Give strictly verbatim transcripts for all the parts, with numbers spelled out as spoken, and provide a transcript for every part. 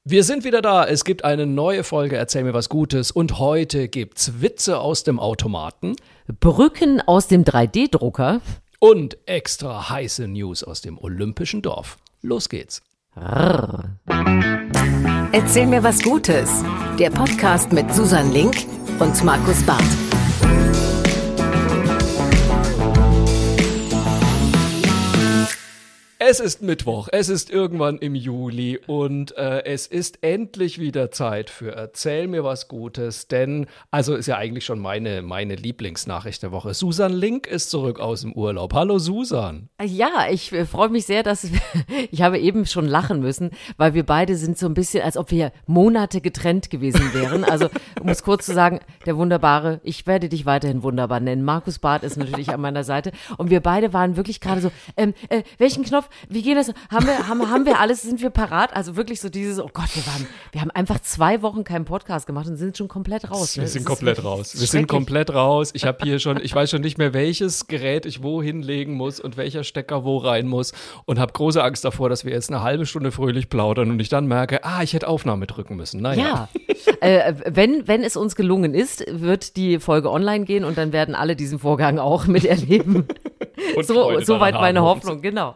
Wir sind wieder da. Es gibt eine neue Folge Erzähl mir was Gutes und heute gibt's Witze aus dem Automaten, Brücken aus dem drei D Drucker und extra heiße News aus dem Olympischen Dorf. Los geht's. Erzähl mir was Gutes. Der Podcast mit Susan Link und Markus Barth. Es ist Mittwoch, es ist irgendwann im Juli und äh, es ist endlich wieder Zeit für Erzähl mir was Gutes, denn, also ist ja eigentlich schon meine, meine Lieblingsnachricht der Woche. Susan Link ist zurück aus dem Urlaub. Hallo Susan. Ja, ich äh, freue mich sehr, dass ich habe eben schon lachen müssen, weil wir beide sind so ein bisschen, als ob wir Monate getrennt gewesen wären. Also, um es kurz zu sagen, der wunderbare, ich werde dich weiterhin wunderbar nennen, Markus Barth ist natürlich an meiner Seite und wir beide waren wirklich gerade so, ähm, äh, welchen Knopf? Wie geht das? Haben wir, haben, haben wir alles? Sind wir parat? Also wirklich so dieses, oh Gott, wir waren, wir haben einfach zwei Wochen keinen Podcast gemacht und sind schon komplett raus. Wir Ne? sind komplett raus. Wir sind komplett raus. Ich habe hier schon, ich weiß schon nicht mehr, welches Gerät ich wo hinlegen muss und welcher Stecker wo rein muss und habe große Angst davor, dass wir jetzt eine halbe Stunde fröhlich plaudern und ich dann merke, ah, ich hätte Aufnahme drücken müssen. Naja. Ja, äh, wenn, wenn es uns gelungen ist, wird die Folge online gehen und dann werden alle diesen Vorgang auch miterleben. Und so, soweit meine haben. Hoffnung, genau.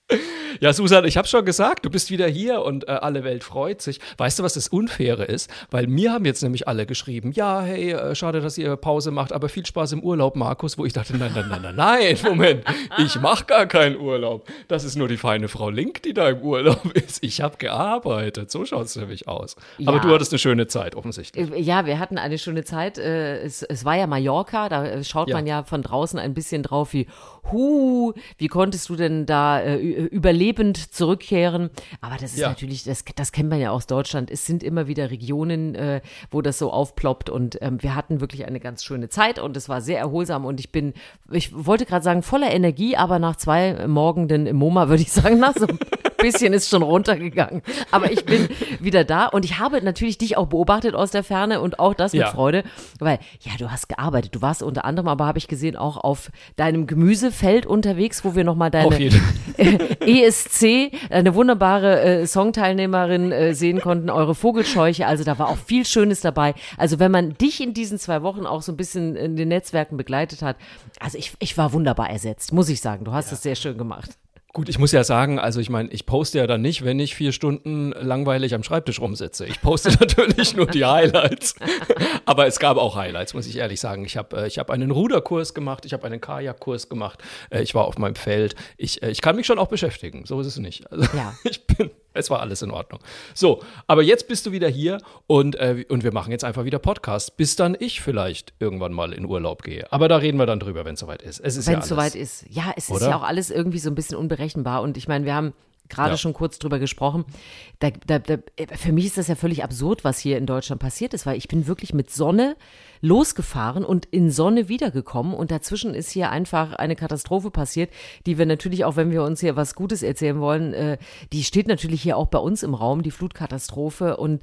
Ja, Susan, ich habe schon gesagt, du bist wieder hier und äh, alle Welt freut sich. Weißt du, was das Unfaire ist? Weil mir haben jetzt nämlich alle geschrieben, ja, hey, äh, schade, dass ihr Pause macht, aber viel Spaß im Urlaub, Markus. Wo ich dachte, nein, nein, nein, nein, nein, Moment, ich mache gar keinen Urlaub. Das ist nur die feine Frau Link, die da im Urlaub ist. Ich habe gearbeitet, so schaut es nämlich aus. Aber Ja. du hattest eine schöne Zeit, offensichtlich. Ja, wir hatten eine schöne Zeit. Äh, Es, es war ja Mallorca, da schaut Ja. man ja von draußen ein bisschen drauf wie, hu, wie konntest du denn da äh, ü- überlebend zurückkehren? Aber das ist Ja. natürlich, das, das kennt man ja aus Deutschland. Es sind immer wieder Regionen, äh, wo das so aufploppt und ähm, wir hatten wirklich eine ganz schöne Zeit und es war sehr erholsam und ich bin, ich wollte gerade sagen, voller Energie, aber nach zwei Morgenden im MoMA würde ich sagen, na, so ein bisschen ist schon runtergegangen. Aber ich bin wieder da und ich habe natürlich dich auch beobachtet aus der Ferne und auch das mit Ja. Freude, weil, ja, du hast gearbeitet. Du warst unter anderem, aber habe ich gesehen, auch auf deinem Gemüsefeld unterwegs, wo wir nochmal deine Auf jeden E S C, eine wunderbare äh, Songteilnehmerin äh, sehen konnten, eure Vogelscheuche, also da war auch viel Schönes dabei. Also wenn man dich in diesen zwei Wochen auch so ein bisschen in den Netzwerken begleitet hat, also ich, ich war wunderbar ersetzt, muss ich sagen. Du hast es sehr schön gemacht. Gut, ich muss ja sagen, also ich meine, ich poste ja dann nicht, wenn ich vier Stunden langweilig am Schreibtisch rumsitze. Ich poste natürlich nur die Highlights. Aber es gab auch Highlights, muss ich ehrlich sagen. Ich habe äh, ich hab einen Ruderkurs gemacht, ich habe einen Kajakkurs gemacht, äh, ich war auf meinem Feld. Ich, äh, ich kann mich schon auch beschäftigen, so ist es nicht. Also, Ja. ich bin, es war alles in Ordnung. So, aber jetzt bist du wieder hier und, äh, und wir machen jetzt einfach wieder Podcasts, bis dann ich vielleicht irgendwann mal in Urlaub gehe. Aber da reden wir dann drüber, wenn es soweit ist. Es ist Wenn ja es alles. soweit ist. Ja, es ist Oder? ja auch alles irgendwie so ein bisschen unberechenbar. Und ich meine, wir haben gerade Ja. schon kurz drüber gesprochen. Da, da, da, für mich ist das ja völlig absurd, was hier in Deutschland passiert ist, weil ich bin wirklich mit Sonne losgefahren und in Sonne wiedergekommen. Und dazwischen ist hier einfach eine Katastrophe passiert, die wir natürlich auch, wenn wir uns hier was Gutes erzählen wollen, äh, die steht natürlich hier auch bei uns im Raum, die Flutkatastrophe. Und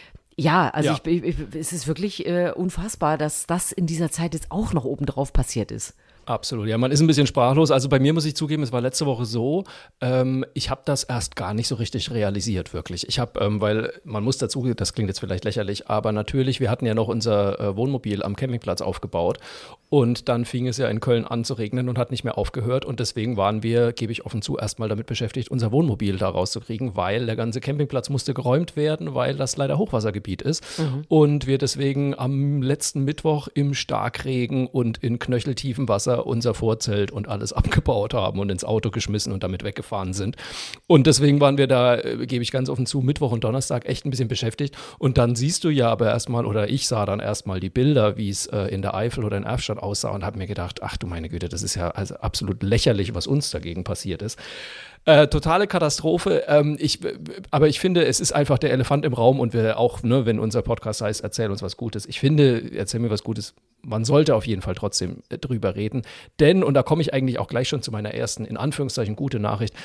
ja, also Ja. Ich, ich, es ist wirklich äh, unfassbar, dass das in dieser Zeit jetzt auch noch obendrauf passiert ist. Absolut, ja, man ist ein bisschen sprachlos. Also bei mir muss ich zugeben, es war letzte Woche so, ähm, ich habe das erst gar nicht so richtig realisiert, wirklich. Ich habe, ähm, weil man muss dazu, das klingt jetzt vielleicht lächerlich, aber natürlich, wir hatten ja noch unser äh, Wohnmobil am Campingplatz aufgebaut und dann fing es ja in Köln an zu regnen und hat nicht mehr aufgehört und deswegen waren wir, gebe ich offen zu, erstmal damit beschäftigt, unser Wohnmobil da rauszukriegen, weil der ganze Campingplatz musste geräumt werden, weil das leider Hochwassergebiet ist und wir deswegen am letzten Mittwoch im Starkregen und in knöcheltiefem Wasser unser Vorzelt und alles abgebaut haben und ins Auto geschmissen und damit weggefahren sind. Und deswegen waren wir da, äh, gebe ich ganz offen zu, Mittwoch und Donnerstag echt ein bisschen beschäftigt. Und dann siehst du ja aber erstmal, oder ich sah dann erstmal die Bilder, wie es äh, in der Eifel oder in Erfstadt aussah und habe mir gedacht, ach du meine Güte, das ist ja also absolut lächerlich, was uns dagegen passiert ist. Äh, totale Katastrophe. Ähm, ich, aber ich finde, es ist einfach der Elefant im Raum und wir auch, ne, wenn unser Podcast heißt, erzähl uns was Gutes. Ich finde, erzähl mir was Gutes. Man sollte auf jeden Fall trotzdem äh, drüber reden. Denn, und da komme ich eigentlich auch gleich schon zu meiner ersten, in Anführungszeichen, gute Nachricht.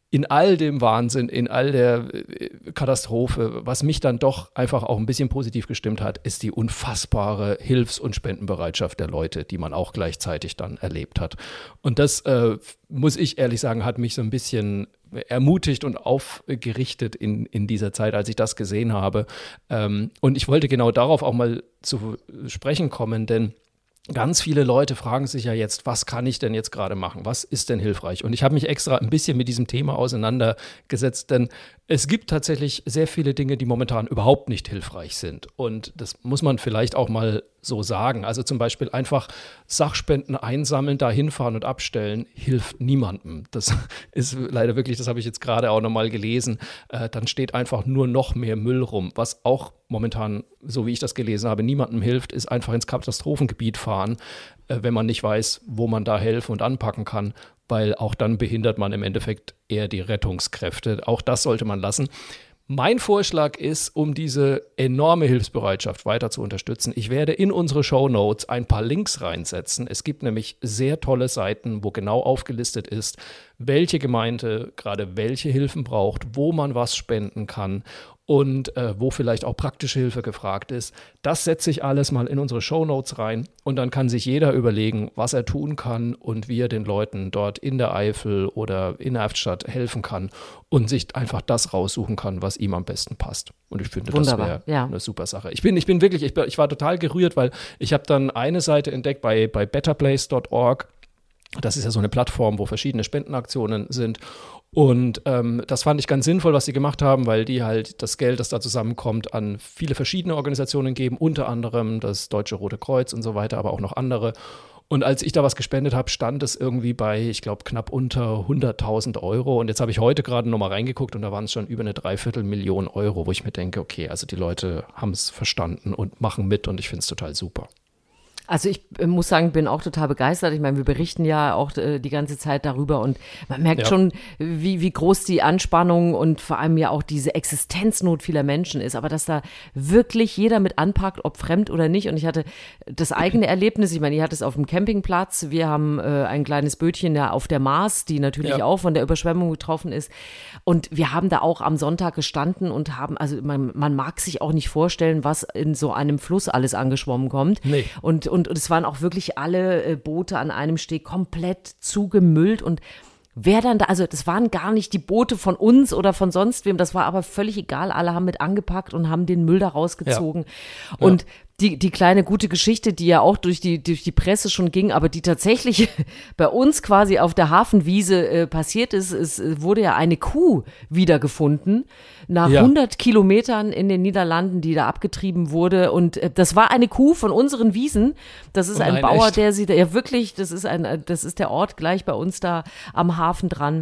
in all dem Wahnsinn, in all der Katastrophe, was mich dann doch einfach auch ein bisschen positiv gestimmt hat, ist die unfassbare Hilfs- und Spendenbereitschaft der Leute, die man auch gleichzeitig dann erlebt hat. Und das, äh, muss ich ehrlich sagen, hat mich so ein bisschen ermutigt und aufgerichtet in, in dieser Zeit, als ich das gesehen habe. Ähm, und ich wollte genau darauf auch mal zu sprechen kommen, denn ganz viele Leute fragen sich ja jetzt, was kann ich denn jetzt gerade machen? Was ist denn hilfreich? Und ich habe mich extra ein bisschen mit diesem Thema auseinandergesetzt, denn es gibt tatsächlich sehr viele Dinge, die momentan überhaupt nicht hilfreich sind. Und das muss man vielleicht auch mal so sagen. Also zum Beispiel einfach Sachspenden einsammeln, da hinfahren und abstellen, hilft niemandem. Das ist leider wirklich, das habe ich jetzt gerade auch nochmal gelesen. Äh, dann steht einfach nur noch mehr Müll rum. Was auch momentan, so wie ich das gelesen habe, niemandem hilft, ist einfach ins Katastrophengebiet fahren, äh, wenn man nicht weiß, wo man da helfen und anpacken kann, weil auch dann behindert man im Endeffekt eher die Rettungskräfte. Auch das sollte man lassen. Mein Vorschlag ist, um diese enorme Hilfsbereitschaft weiter zu unterstützen, ich werde in unsere Shownotes ein paar Links reinsetzen. Es gibt nämlich sehr tolle Seiten, wo genau aufgelistet ist, welche Gemeinde gerade welche Hilfen braucht, wo man was spenden kann und äh, wo vielleicht auch praktische Hilfe gefragt ist. Das setze ich alles mal in unsere Shownotes rein und dann kann sich jeder überlegen, was er tun kann und wie er den Leuten dort in der Eifel oder in Erftstadt helfen kann und sich einfach das raussuchen kann, was ihm am besten passt. Und ich finde, Wunderbar, das wäre ja. eine super Sache. Ich bin, ich bin wirklich, ich, ich war total gerührt, weil ich habe dann eine Seite entdeckt bei, bei better place dot org. Das ist ja so eine Plattform, wo verschiedene Spendenaktionen sind. Und ähm, das fand ich ganz sinnvoll, was sie gemacht haben, weil die halt das Geld, das da zusammenkommt, an viele verschiedene Organisationen geben, unter anderem das Deutsche Rote Kreuz und so weiter, aber auch noch andere. Und als ich da was gespendet habe, stand es irgendwie bei, ich glaube, knapp unter hunderttausend Euro. Und jetzt habe ich heute gerade nochmal reingeguckt und da waren es schon über eine Dreiviertelmillion Euro, wo ich mir denke, okay, also die Leute haben es verstanden und machen mit und ich finde es total super. Also ich äh, muss sagen, bin auch total begeistert. Ich meine, wir berichten ja auch äh, die ganze Zeit darüber und man merkt ja schon, wie, wie groß die Anspannung und vor allem ja auch diese Existenznot vieler Menschen ist. Aber dass da wirklich jeder mit anpackt, ob fremd oder nicht. Und ich hatte das eigene Erlebnis, ich meine, ihr hattet es auf dem Campingplatz. Wir haben äh, ein kleines Bötchen ja auf der Maas, die natürlich ja auch von der Überschwemmung betroffen ist. Und wir haben da auch am Sonntag gestanden und haben, also man, man mag sich auch nicht vorstellen, was in so einem Fluss alles angeschwommen kommt. Nee. Und, und Und, und es waren auch wirklich alle äh, Boote an einem Steg komplett zugemüllt und wer dann da, also das waren gar nicht die Boote von uns oder von sonst wem, das war aber völlig egal, alle haben mit angepackt und haben den Müll da rausgezogen. Ja. Und ja. Die, die kleine gute Geschichte, die ja auch durch die, durch die Presse schon ging, aber die tatsächlich bei uns quasi auf der Hafenwiese äh, passiert ist, es wurde ja eine Kuh wiedergefunden nach ja. hundert Kilometern in den Niederlanden, die da abgetrieben wurde und äh, das war eine Kuh von unseren Wiesen. Das ist oh nein, ein Bauer, echt? der sie da, ja wirklich, das ist ein, das ist der Ort gleich bei uns da am Hafen dran.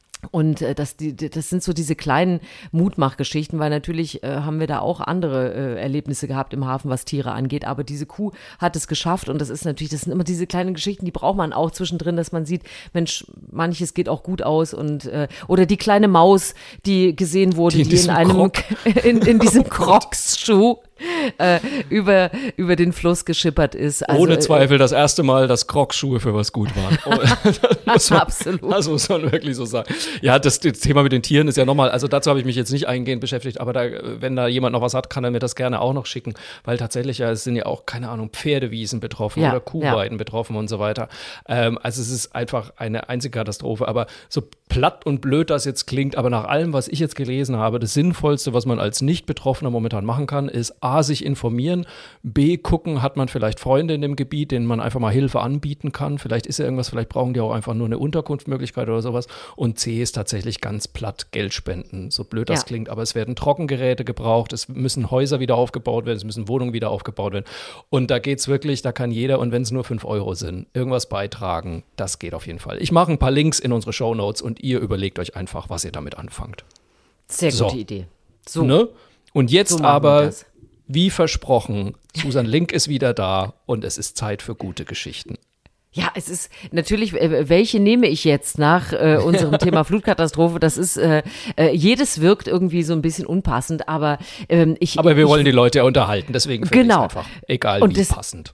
Und äh, das, die, das sind so diese kleinen Mutmachgeschichten, weil natürlich äh, haben wir da auch andere äh, Erlebnisse gehabt im Hafen, was Tiere angeht, aber diese Kuh hat es geschafft und das ist natürlich, das sind immer diese kleinen Geschichten, die braucht man auch zwischendrin, dass man sieht, Mensch, manches geht auch gut aus und äh, oder die kleine Maus, die gesehen wurde, die in, die in einem in, in diesem Crocs-Schuh Äh, über, über den Fluss geschippert ist. Also, ohne Zweifel das erste Mal, dass Crocs-Schuhe für was gut waren. das, muss man, Absolut. das muss man wirklich so sagen. Ja, das, das Thema mit den Tieren ist ja nochmal, also dazu habe ich mich jetzt nicht eingehend beschäftigt, aber da, wenn da jemand noch was hat, kann er mir das gerne auch noch schicken, weil tatsächlich ja, es sind ja auch, keine Ahnung, Pferdewiesen betroffen ja, oder Kuhweiden ja. betroffen und so weiter. Ähm, also es ist einfach eine einzige Katastrophe, aber so platt und blöd das jetzt klingt, aber nach allem, was ich jetzt gelesen habe, das Sinnvollste, was man als Nicht-Betroffener momentan machen kann, ist A, sich informieren, B, gucken, hat man vielleicht Freunde in dem Gebiet, denen man einfach mal Hilfe anbieten kann, vielleicht ist ja irgendwas, vielleicht brauchen die auch einfach nur eine Unterkunftsmöglichkeit oder sowas und C ist tatsächlich ganz platt Geld spenden, so blöd das ja. klingt, aber es werden Trockengeräte gebraucht, es müssen Häuser wieder aufgebaut werden, es müssen Wohnungen wieder aufgebaut werden und da geht's wirklich, da kann jeder und wenn es nur fünf Euro sind, irgendwas beitragen, das geht auf jeden Fall. Ich mache ein paar Links in unsere Shownotes und ihr überlegt euch einfach, was ihr damit anfangt. Sehr so. gute Idee. So. Ne? Und jetzt so aber wie versprochen, Susan Link ist wieder da und es ist Zeit für gute Geschichten. Ja, es ist natürlich, äh, welche nehme ich jetzt nach äh, unserem Thema Flutkatastrophe? Das ist, äh, äh, jedes wirkt irgendwie so ein bisschen unpassend, aber ähm, ich. Aber wir ich, wollen die Leute ja unterhalten, deswegen finde genau. ich es einfach egal und wie das, passend.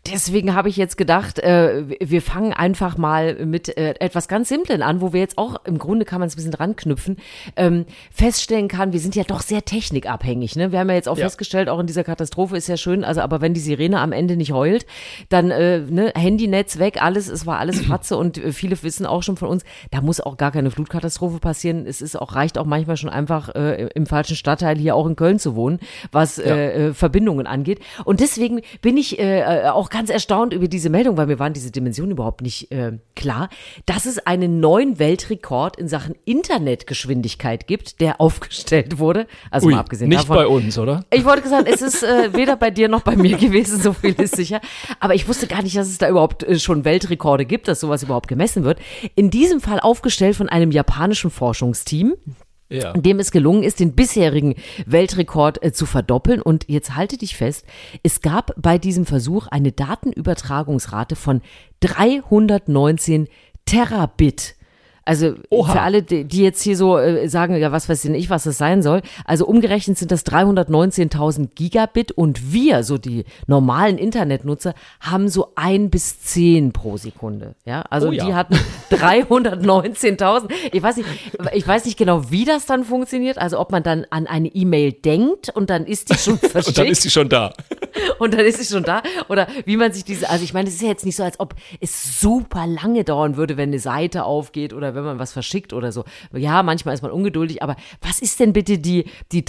deswegen habe ich jetzt gedacht, äh, wir fangen einfach mal mit äh, etwas ganz Simplen an, wo wir jetzt auch, im Grunde kann man es ein bisschen dran knüpfen, ähm, feststellen kann, wir sind ja doch sehr technikabhängig. Ne? Wir haben ja jetzt auch ja. festgestellt, auch in dieser Katastrophe ist ja schön, also aber wenn die Sirene am Ende nicht heult, dann äh, ne, Handynetz weg, alles, es war alles Fratze und äh, viele wissen auch schon von uns, da muss auch gar keine Flutkatastrophe passieren. Es ist auch, reicht auch manchmal schon einfach äh, im falschen Stadtteil hier auch in Köln zu wohnen, was ja. äh, Verbindungen angeht. Und deswegen bin ich äh, auch ganz erstaunt über diese Meldung, weil mir waren diese Dimensionen überhaupt nicht äh, klar, dass es einen neuen Weltrekord in Sachen Internetgeschwindigkeit gibt, der aufgestellt wurde. Also Ui, mal abgesehen nicht davon. Bei uns, oder? Ich wollte sagen, es ist äh, weder bei dir noch bei mir gewesen, so viel ist sicher. Aber ich wusste gar nicht, dass es da überhaupt äh, schon Weltrekorde gibt, dass sowas überhaupt gemessen wird. In diesem Fall aufgestellt von einem japanischen Forschungsteam. Ja. Dem es gelungen ist, den bisherigen Weltrekord äh, zu verdoppeln. Und jetzt halte dich fest, es gab bei diesem Versuch eine Datenübertragungsrate von dreihundertneunzehn Terabit. Also Oha. Für alle, die jetzt hier so äh, sagen, ja, was weiß denn ich, was das sein soll. Also umgerechnet sind das dreihundertneunzehntausend Gigabit und wir, so die normalen Internetnutzer, haben so ein bis zehn pro Sekunde. Ja, also oh ja. Die hatten dreihundertneunzehntausend. Ich weiß nicht, ich weiß nicht genau, wie das dann funktioniert. Also ob man dann an eine E-Mail denkt und dann ist die schon verschickt. Und dann ist die schon da. Und dann ist sie schon da. Oder wie man sich diese, also ich meine, es ist ja jetzt nicht so, als ob es super lange dauern würde, wenn eine Seite aufgeht oder wenn man was verschickt oder so. Ja, manchmal ist man ungeduldig, aber was ist denn bitte die, die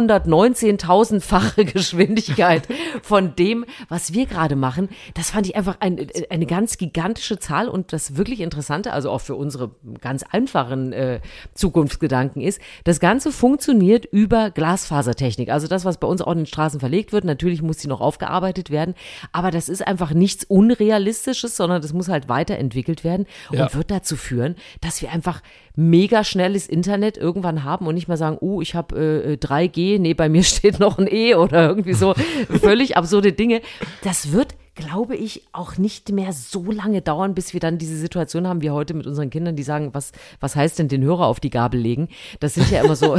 dreihundertneunzehntausendfache Geschwindigkeit von dem, was wir gerade machen? Das fand ich einfach ein, eine ganz gigantische Zahl und das wirklich Interessante, also auch für unsere ganz einfachen äh, Zukunftsgedanken ist, das Ganze funktioniert über Glasfasertechnik. Also das, was bei uns auch in den Straßen verlegt wird, natürlich muss die noch aufgearbeitet werden, aber das ist einfach nichts Unrealistisches, sondern das muss halt weiterentwickelt werden und ja. wird dazu führen, dass wir einfach mega schnelles Internet irgendwann haben und nicht mehr sagen, oh, ich habe äh, drei G, nee, bei mir steht noch ein E oder irgendwie so völlig absurde Dinge. Das wird, glaube ich, auch nicht mehr so lange dauern, bis wir dann diese Situation haben wie heute mit unseren Kindern, die sagen, was, was heißt denn den Hörer auf die Gabel legen? Das sind ja immer so...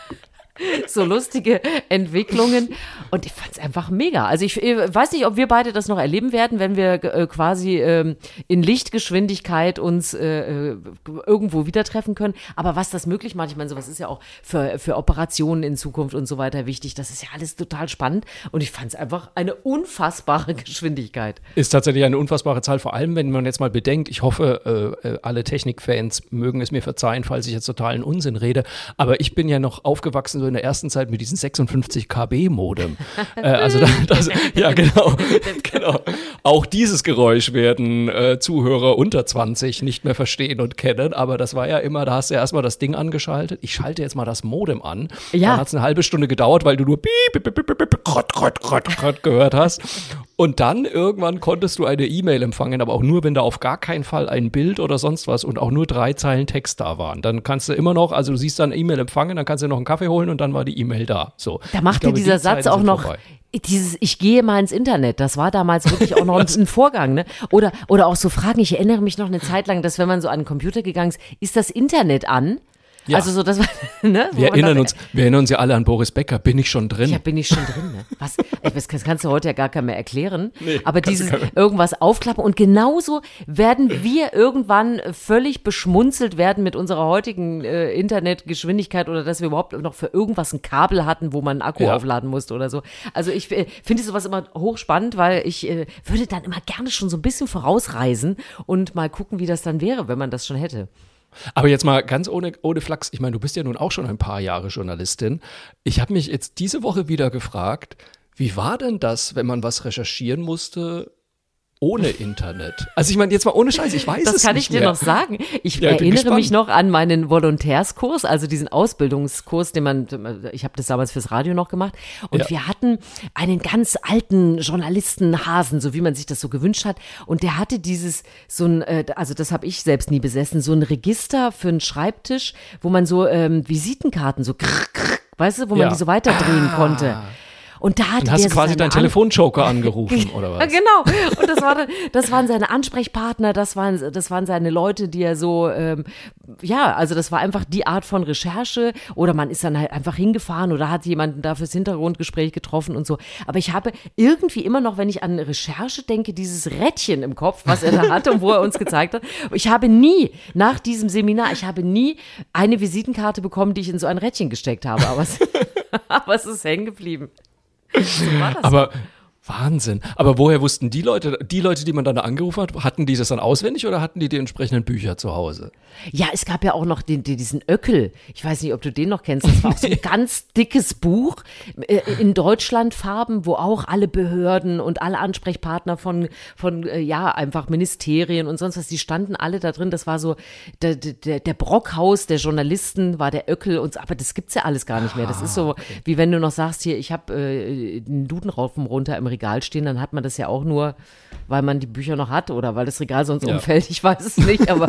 so lustige Entwicklungen und ich fand es einfach mega. Also ich, ich weiß nicht, ob wir beide das noch erleben werden, wenn wir äh, quasi ähm, in Lichtgeschwindigkeit uns äh, irgendwo wieder treffen können, aber was das möglich macht, ich meine, sowas ist ja auch für, für Operationen in Zukunft und so weiter wichtig, das ist ja alles total spannend und ich fand es einfach eine unfassbare Geschwindigkeit. Ist tatsächlich eine unfassbare Zahl, vor allem, wenn man jetzt mal bedenkt, ich hoffe, äh, alle Technikfans mögen es mir verzeihen, falls ich jetzt totalen Unsinn rede, aber ich bin ja noch aufgewachsen so in der ersten Zeit mit diesem sechsundfünfzig Kilobyte Modem. äh, also das, das, ja genau, genau. Auch dieses Geräusch werden äh, Zuhörer unter zwanzig nicht mehr verstehen und kennen, aber das war ja immer, da hast du ja erstmal das Ding angeschaltet, ich schalte jetzt mal das Modem an, ja. Dann hat es eine halbe Stunde gedauert, weil du nur piep, piep, piep, piep, piep, krott, krott, krott, krott gehört hast und dann irgendwann konntest du eine E-Mail empfangen, aber auch nur, wenn da auf gar keinen Fall ein Bild oder sonst was und auch nur drei Zeilen Text da waren. Dann kannst du immer noch, also du siehst dann E-Mail empfangen, dann kannst du noch einen Kaffee holen und dann war die E-Mail da. So. Da macht dir dieser die Satz auch noch vorbei. Dieses, ich gehe mal ins Internet, das war damals wirklich auch noch ein, ein Vorgang, ne? Oder, oder auch so Fragen, ich erinnere mich noch eine Zeit lang, dass wenn man so an den Computer gegangen ist, ist das Internet an? Ja. Also so, das war, ne? Wir erinnern, uns, wir erinnern uns ja alle an Boris Becker, bin ich schon drin? Ja, bin ich schon drin, ne? Was, das kannst du heute ja gar keinem mehr erklären, nee, aber dieses irgendwas aufklappen und genauso werden wir irgendwann völlig beschmunzelt werden mit unserer heutigen äh, Internetgeschwindigkeit oder dass wir überhaupt noch für irgendwas ein Kabel hatten, wo man einen Akku ja. aufladen musste oder so. Also ich äh, finde sowas immer hochspannend, weil ich äh, würde dann immer gerne schon so ein bisschen vorausreisen und mal gucken, wie das dann wäre, wenn man das schon hätte. Aber jetzt mal ganz ohne, ohne Flachs, ich meine, du bist ja nun auch schon ein paar Jahre Journalistin. Ich habe mich jetzt diese Woche wieder gefragt, wie war denn das, wenn man was recherchieren musste ohne Internet? Also ich meine, jetzt mal ohne Scheiß, ich weiß das es nicht Das kann ich dir mehr. noch sagen. Ich ja, erinnere mich noch an meinen Volontärskurs, also diesen Ausbildungskurs, den man, ich habe das damals fürs Radio noch gemacht und ja. wir hatten einen ganz alten Journalistenhasen, so wie man sich das so gewünscht hat und der hatte dieses, so ein, also das habe ich selbst nie besessen, so ein Register für einen Schreibtisch, wo man so ähm, Visitenkarten so krr, krr, weißt du, wo man ja. die so weiterdrehen ah. konnte. Und da hat dann hast du quasi deinen Telefonjoker angerufen, oder was? Genau. Und das, war, das waren seine Ansprechpartner, das waren, das waren seine Leute, die er so ähm, ja, also das war einfach die Art von Recherche oder man ist dann halt einfach hingefahren oder hat jemanden da fürs Hintergrundgespräch getroffen und so. Aber ich habe irgendwie immer noch, wenn ich an Recherche denke, dieses Rädchen im Kopf, was er da hatte und wo er uns gezeigt hat. Ich habe nie, nach diesem Seminar, ich habe nie eine Visitenkarte bekommen, die ich in so ein Rädchen gesteckt habe. Aber es, aber es ist hängen geblieben. So war das. Aber Wahnsinn. Aber woher wussten die Leute, die Leute, die man dann angerufen hat, hatten die das dann auswendig oder hatten die die entsprechenden Bücher zu Hause? Ja, es gab ja auch noch den, den, diesen Öckel. Ich weiß nicht, ob du den noch kennst. Das war auch so ein ganz dickes Buch äh, in Deutschlandfarben, wo auch alle Behörden und alle Ansprechpartner von, von äh, ja, einfach Ministerien und sonst was, die standen alle da drin. Das war so, der, der, der Brockhaus der Journalisten war der Öckel und so. Aber das gibt's ja alles gar nicht mehr. Das ist so, okay. Wie wenn du noch sagst, hier, ich habe äh, einen Duden rauf und runter im Regal stehen, dann hat man das ja auch nur, weil man die Bücher noch hat oder weil das Regal sonst ja. umfällt. Ich weiß es nicht, aber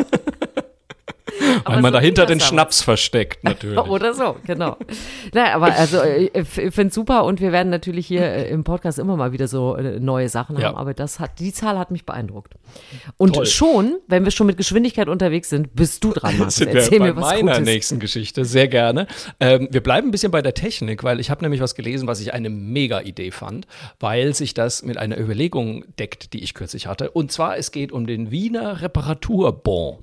weil man so dahinter den Schnaps versteckt, natürlich. Oder so, genau. Naja, aber also ich finde es super und wir werden natürlich hier im Podcast immer mal wieder so neue Sachen haben, ja. aber das hat, die Zahl hat mich beeindruckt. Und Toll. schon, wenn wir schon mit Geschwindigkeit unterwegs sind, bist du dran, Markus. Sind Erzähl wir bei mir was meiner Gutes. Nächsten Geschichte, sehr gerne. Ähm, wir bleiben ein bisschen bei der Technik, weil ich habe nämlich was gelesen, was ich eine Mega-Idee fand, weil sich das mit einer Überlegung deckt, die ich kürzlich hatte. Und zwar, es geht um den Wiener Reparaturbon.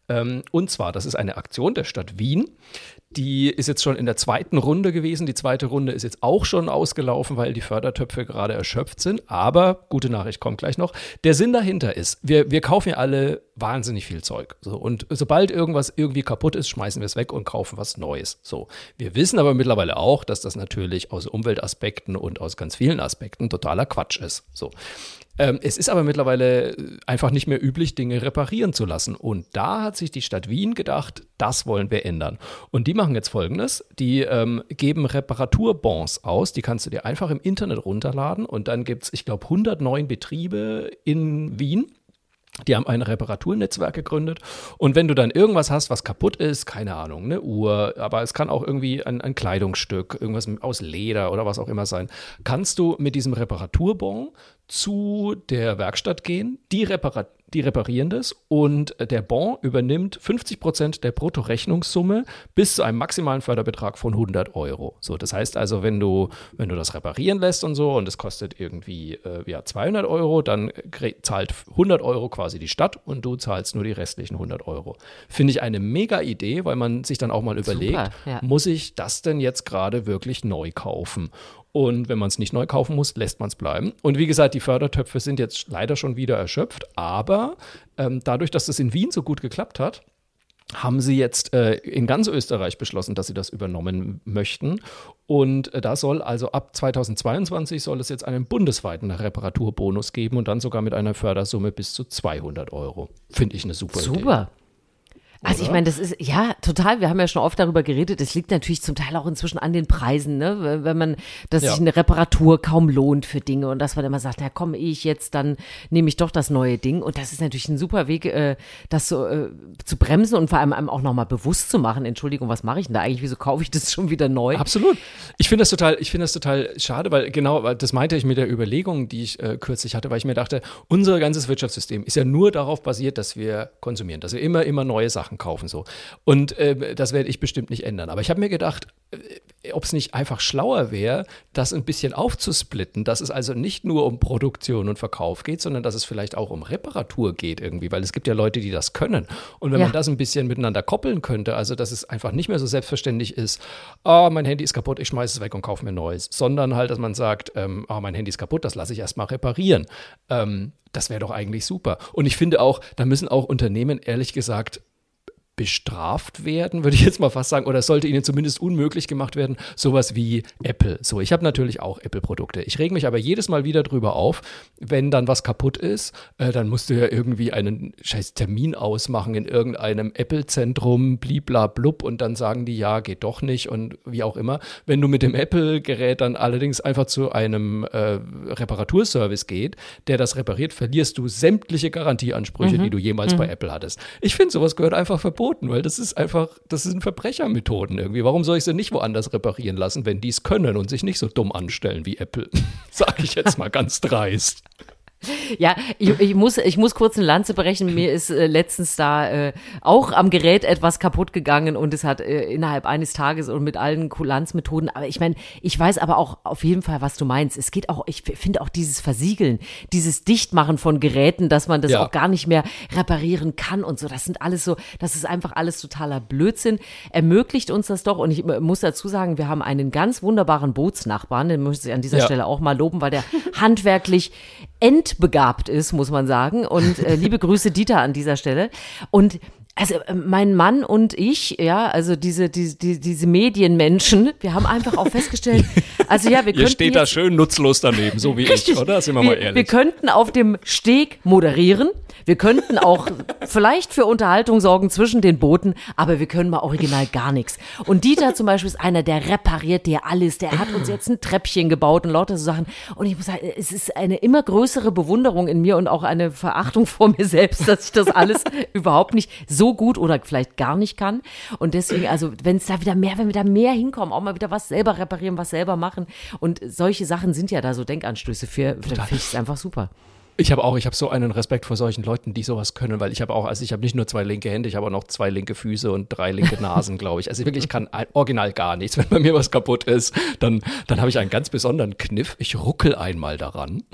Und zwar, das ist eine Aktion der Stadt Wien, die ist jetzt schon in der zweiten Runde gewesen. Die zweite Runde ist jetzt auch schon ausgelaufen, weil die Fördertöpfe gerade erschöpft sind. Aber, gute Nachricht kommt gleich noch, der Sinn dahinter ist, wir, wir kaufen ja alle wahnsinnig viel Zeug. So, und sobald irgendwas irgendwie kaputt ist, schmeißen wir es weg und kaufen was Neues. So, wir wissen aber mittlerweile auch, dass das natürlich aus Umweltaspekten und aus ganz vielen Aspekten totaler Quatsch ist. So. Ähm, es ist aber mittlerweile einfach nicht mehr üblich, Dinge reparieren zu lassen. Und da hat sich die Stadt Wien gedacht, das wollen wir ändern. Und die machen jetzt Folgendes, die ähm, geben Reparaturbons aus, die kannst du dir einfach im Internet runterladen und dann gibt es, ich glaube, hundertneun Betriebe in Wien. Die haben ein Reparaturnetzwerk gegründet und wenn du dann irgendwas hast, was kaputt ist, keine Ahnung, eine Uhr, aber es kann auch irgendwie ein, ein Kleidungsstück, irgendwas aus Leder oder was auch immer sein, kannst du mit diesem Reparaturbon zu der Werkstatt gehen, die, repara- die reparieren das und der Bon übernimmt fünfzig Prozent der Bruttorechnungssumme bis zu einem maximalen Förderbetrag von hundert Euro. So, das heißt also, wenn du, wenn du das reparieren lässt und so und es kostet irgendwie äh, ja, zweihundert Euro, dann kre- zahlt hundert Euro quasi die Stadt und du zahlst nur die restlichen hundert Euro. Finde ich eine mega Idee, weil man sich dann auch mal überlegt, Super, ja. muss ich das denn jetzt gerade wirklich neu kaufen? Und wenn man es nicht neu kaufen muss, lässt man es bleiben. Und wie gesagt, die Fördertöpfe sind jetzt leider schon wieder erschöpft. Aber ähm, dadurch, dass das in Wien so gut geklappt hat, haben sie jetzt äh, in ganz Österreich beschlossen, dass sie das übernommen möchten. Und äh, da soll also ab zweitausendzweiundzwanzig soll es jetzt einen bundesweiten Reparaturbonus geben und dann sogar mit einer Fördersumme bis zu zweihundert Euro. Finde ich eine super, super. Idee. Super. Also ich meine, das ist, ja, total, wir haben ja schon oft darüber geredet, es liegt natürlich zum Teil auch inzwischen an den Preisen, ne, wenn man, dass ja. sich eine Reparatur kaum lohnt für Dinge und dass man immer sagt, ja komm, ich jetzt, dann nehme ich doch das neue Ding und das ist natürlich ein super Weg, äh, das so äh, zu bremsen und vor allem einem auch nochmal bewusst zu machen, Entschuldigung, was mache ich denn da eigentlich, wieso kaufe ich das schon wieder neu? Absolut, ich finde das total, ich finde das total schade, weil genau, weil das meinte ich mit der Überlegung, die ich äh, kürzlich hatte, weil ich mir dachte, unser ganzes Wirtschaftssystem ist ja nur darauf basiert, dass wir konsumieren, dass wir immer, immer neue Sachen kaufen, so. Und äh, das werde ich bestimmt nicht ändern. Aber ich habe mir gedacht, äh, ob es nicht einfach schlauer wäre, das ein bisschen aufzusplitten, dass es also nicht nur um Produktion und Verkauf geht, sondern dass es vielleicht auch um Reparatur geht irgendwie, weil es gibt ja Leute, die das können. Und wenn ja. man das ein bisschen miteinander koppeln könnte, also dass es einfach nicht mehr so selbstverständlich ist, oh, mein Handy ist kaputt, ich schmeiße es weg und kaufe mir neues, sondern halt, dass man sagt, ähm, oh, mein Handy ist kaputt, das lasse ich erstmal reparieren. Ähm, das wäre doch eigentlich super. Und ich finde auch, da müssen auch Unternehmen, ehrlich gesagt, bestraft werden, würde ich jetzt mal fast sagen, oder es sollte ihnen zumindest unmöglich gemacht werden, sowas wie Apple. So, ich habe natürlich auch Apple-Produkte. Ich rege mich aber jedes Mal wieder drüber auf, wenn dann was kaputt ist, äh, dann musst du ja irgendwie einen scheiß Termin ausmachen in irgendeinem Apple-Zentrum, bliblablub, und dann sagen die, ja, geht doch nicht und wie auch immer. Wenn du mit dem Apple-Gerät dann allerdings einfach zu einem äh, Reparaturservice geht, der das repariert, verlierst du sämtliche Garantieansprüche, mhm. die du jemals mhm. bei Apple hattest. Ich finde, sowas gehört einfach verboten. Weil das ist einfach, das sind Verbrechermethoden irgendwie. Warum soll ich sie nicht woanders reparieren lassen, wenn die es können und sich nicht so dumm anstellen wie Apple? Sage ich jetzt mal ganz dreist. Ja, ich, ich, muss, ich muss kurz eine Lanze brechen. Mir ist äh, letztens da äh, auch am Gerät etwas kaputt gegangen und es hat äh, innerhalb eines Tages und mit allen Kulanzmethoden. Aber ich meine, ich weiß aber auch auf jeden Fall, was du meinst. Es geht auch, ich finde auch dieses Versiegeln, dieses Dichtmachen von Geräten, dass man das Ja. auch gar nicht mehr reparieren kann und so. Das sind alles so, das ist einfach alles totaler Blödsinn. Ermöglicht uns das doch. Und ich muss dazu sagen, wir haben einen ganz wunderbaren Bootsnachbarn, den muss ich an dieser Ja. Stelle auch mal loben, weil der handwerklich endbegabt ist, muss man sagen. Und äh, liebe Grüße, Dieter, an dieser Stelle. Und also äh, mein Mann und ich, ja, also diese, diese, diese, diese Medienmenschen, wir haben einfach auch festgestellt, also ja, wir Ihr könnten steht da jetzt, schön nutzlos daneben, so wie ich, oder? Sind wir, wir mal Wir ehrlich. könnten auf dem Steg moderieren. Wir könnten auch vielleicht für Unterhaltung sorgen zwischen den Booten, aber wir können mal original gar nichts. Und Dieter zum Beispiel ist einer, der repariert dir alles. Der hat uns jetzt ein Treppchen gebaut und lauter so Sachen. Und ich muss sagen, es ist eine immer größere Bewunderung in mir und auch eine Verachtung vor mir selbst, dass ich das alles überhaupt nicht so gut oder vielleicht gar nicht kann. Und deswegen, also wenn es da wieder mehr, wenn wir da mehr hinkommen, auch mal wieder was selber reparieren, was selber machen. Und solche Sachen sind ja da so Denkanstöße für, dann finde ich es einfach super. Ich habe auch, ich habe so einen Respekt vor solchen Leuten, die sowas können, weil ich habe auch, also ich habe nicht nur zwei linke Hände, ich habe auch noch zwei linke Füße und drei linke Nasen, glaube ich. Also wirklich, ich kann ein, original gar nichts. Wenn bei mir was kaputt ist, dann, dann habe ich einen ganz besonderen Kniff. Ich ruckel einmal daran.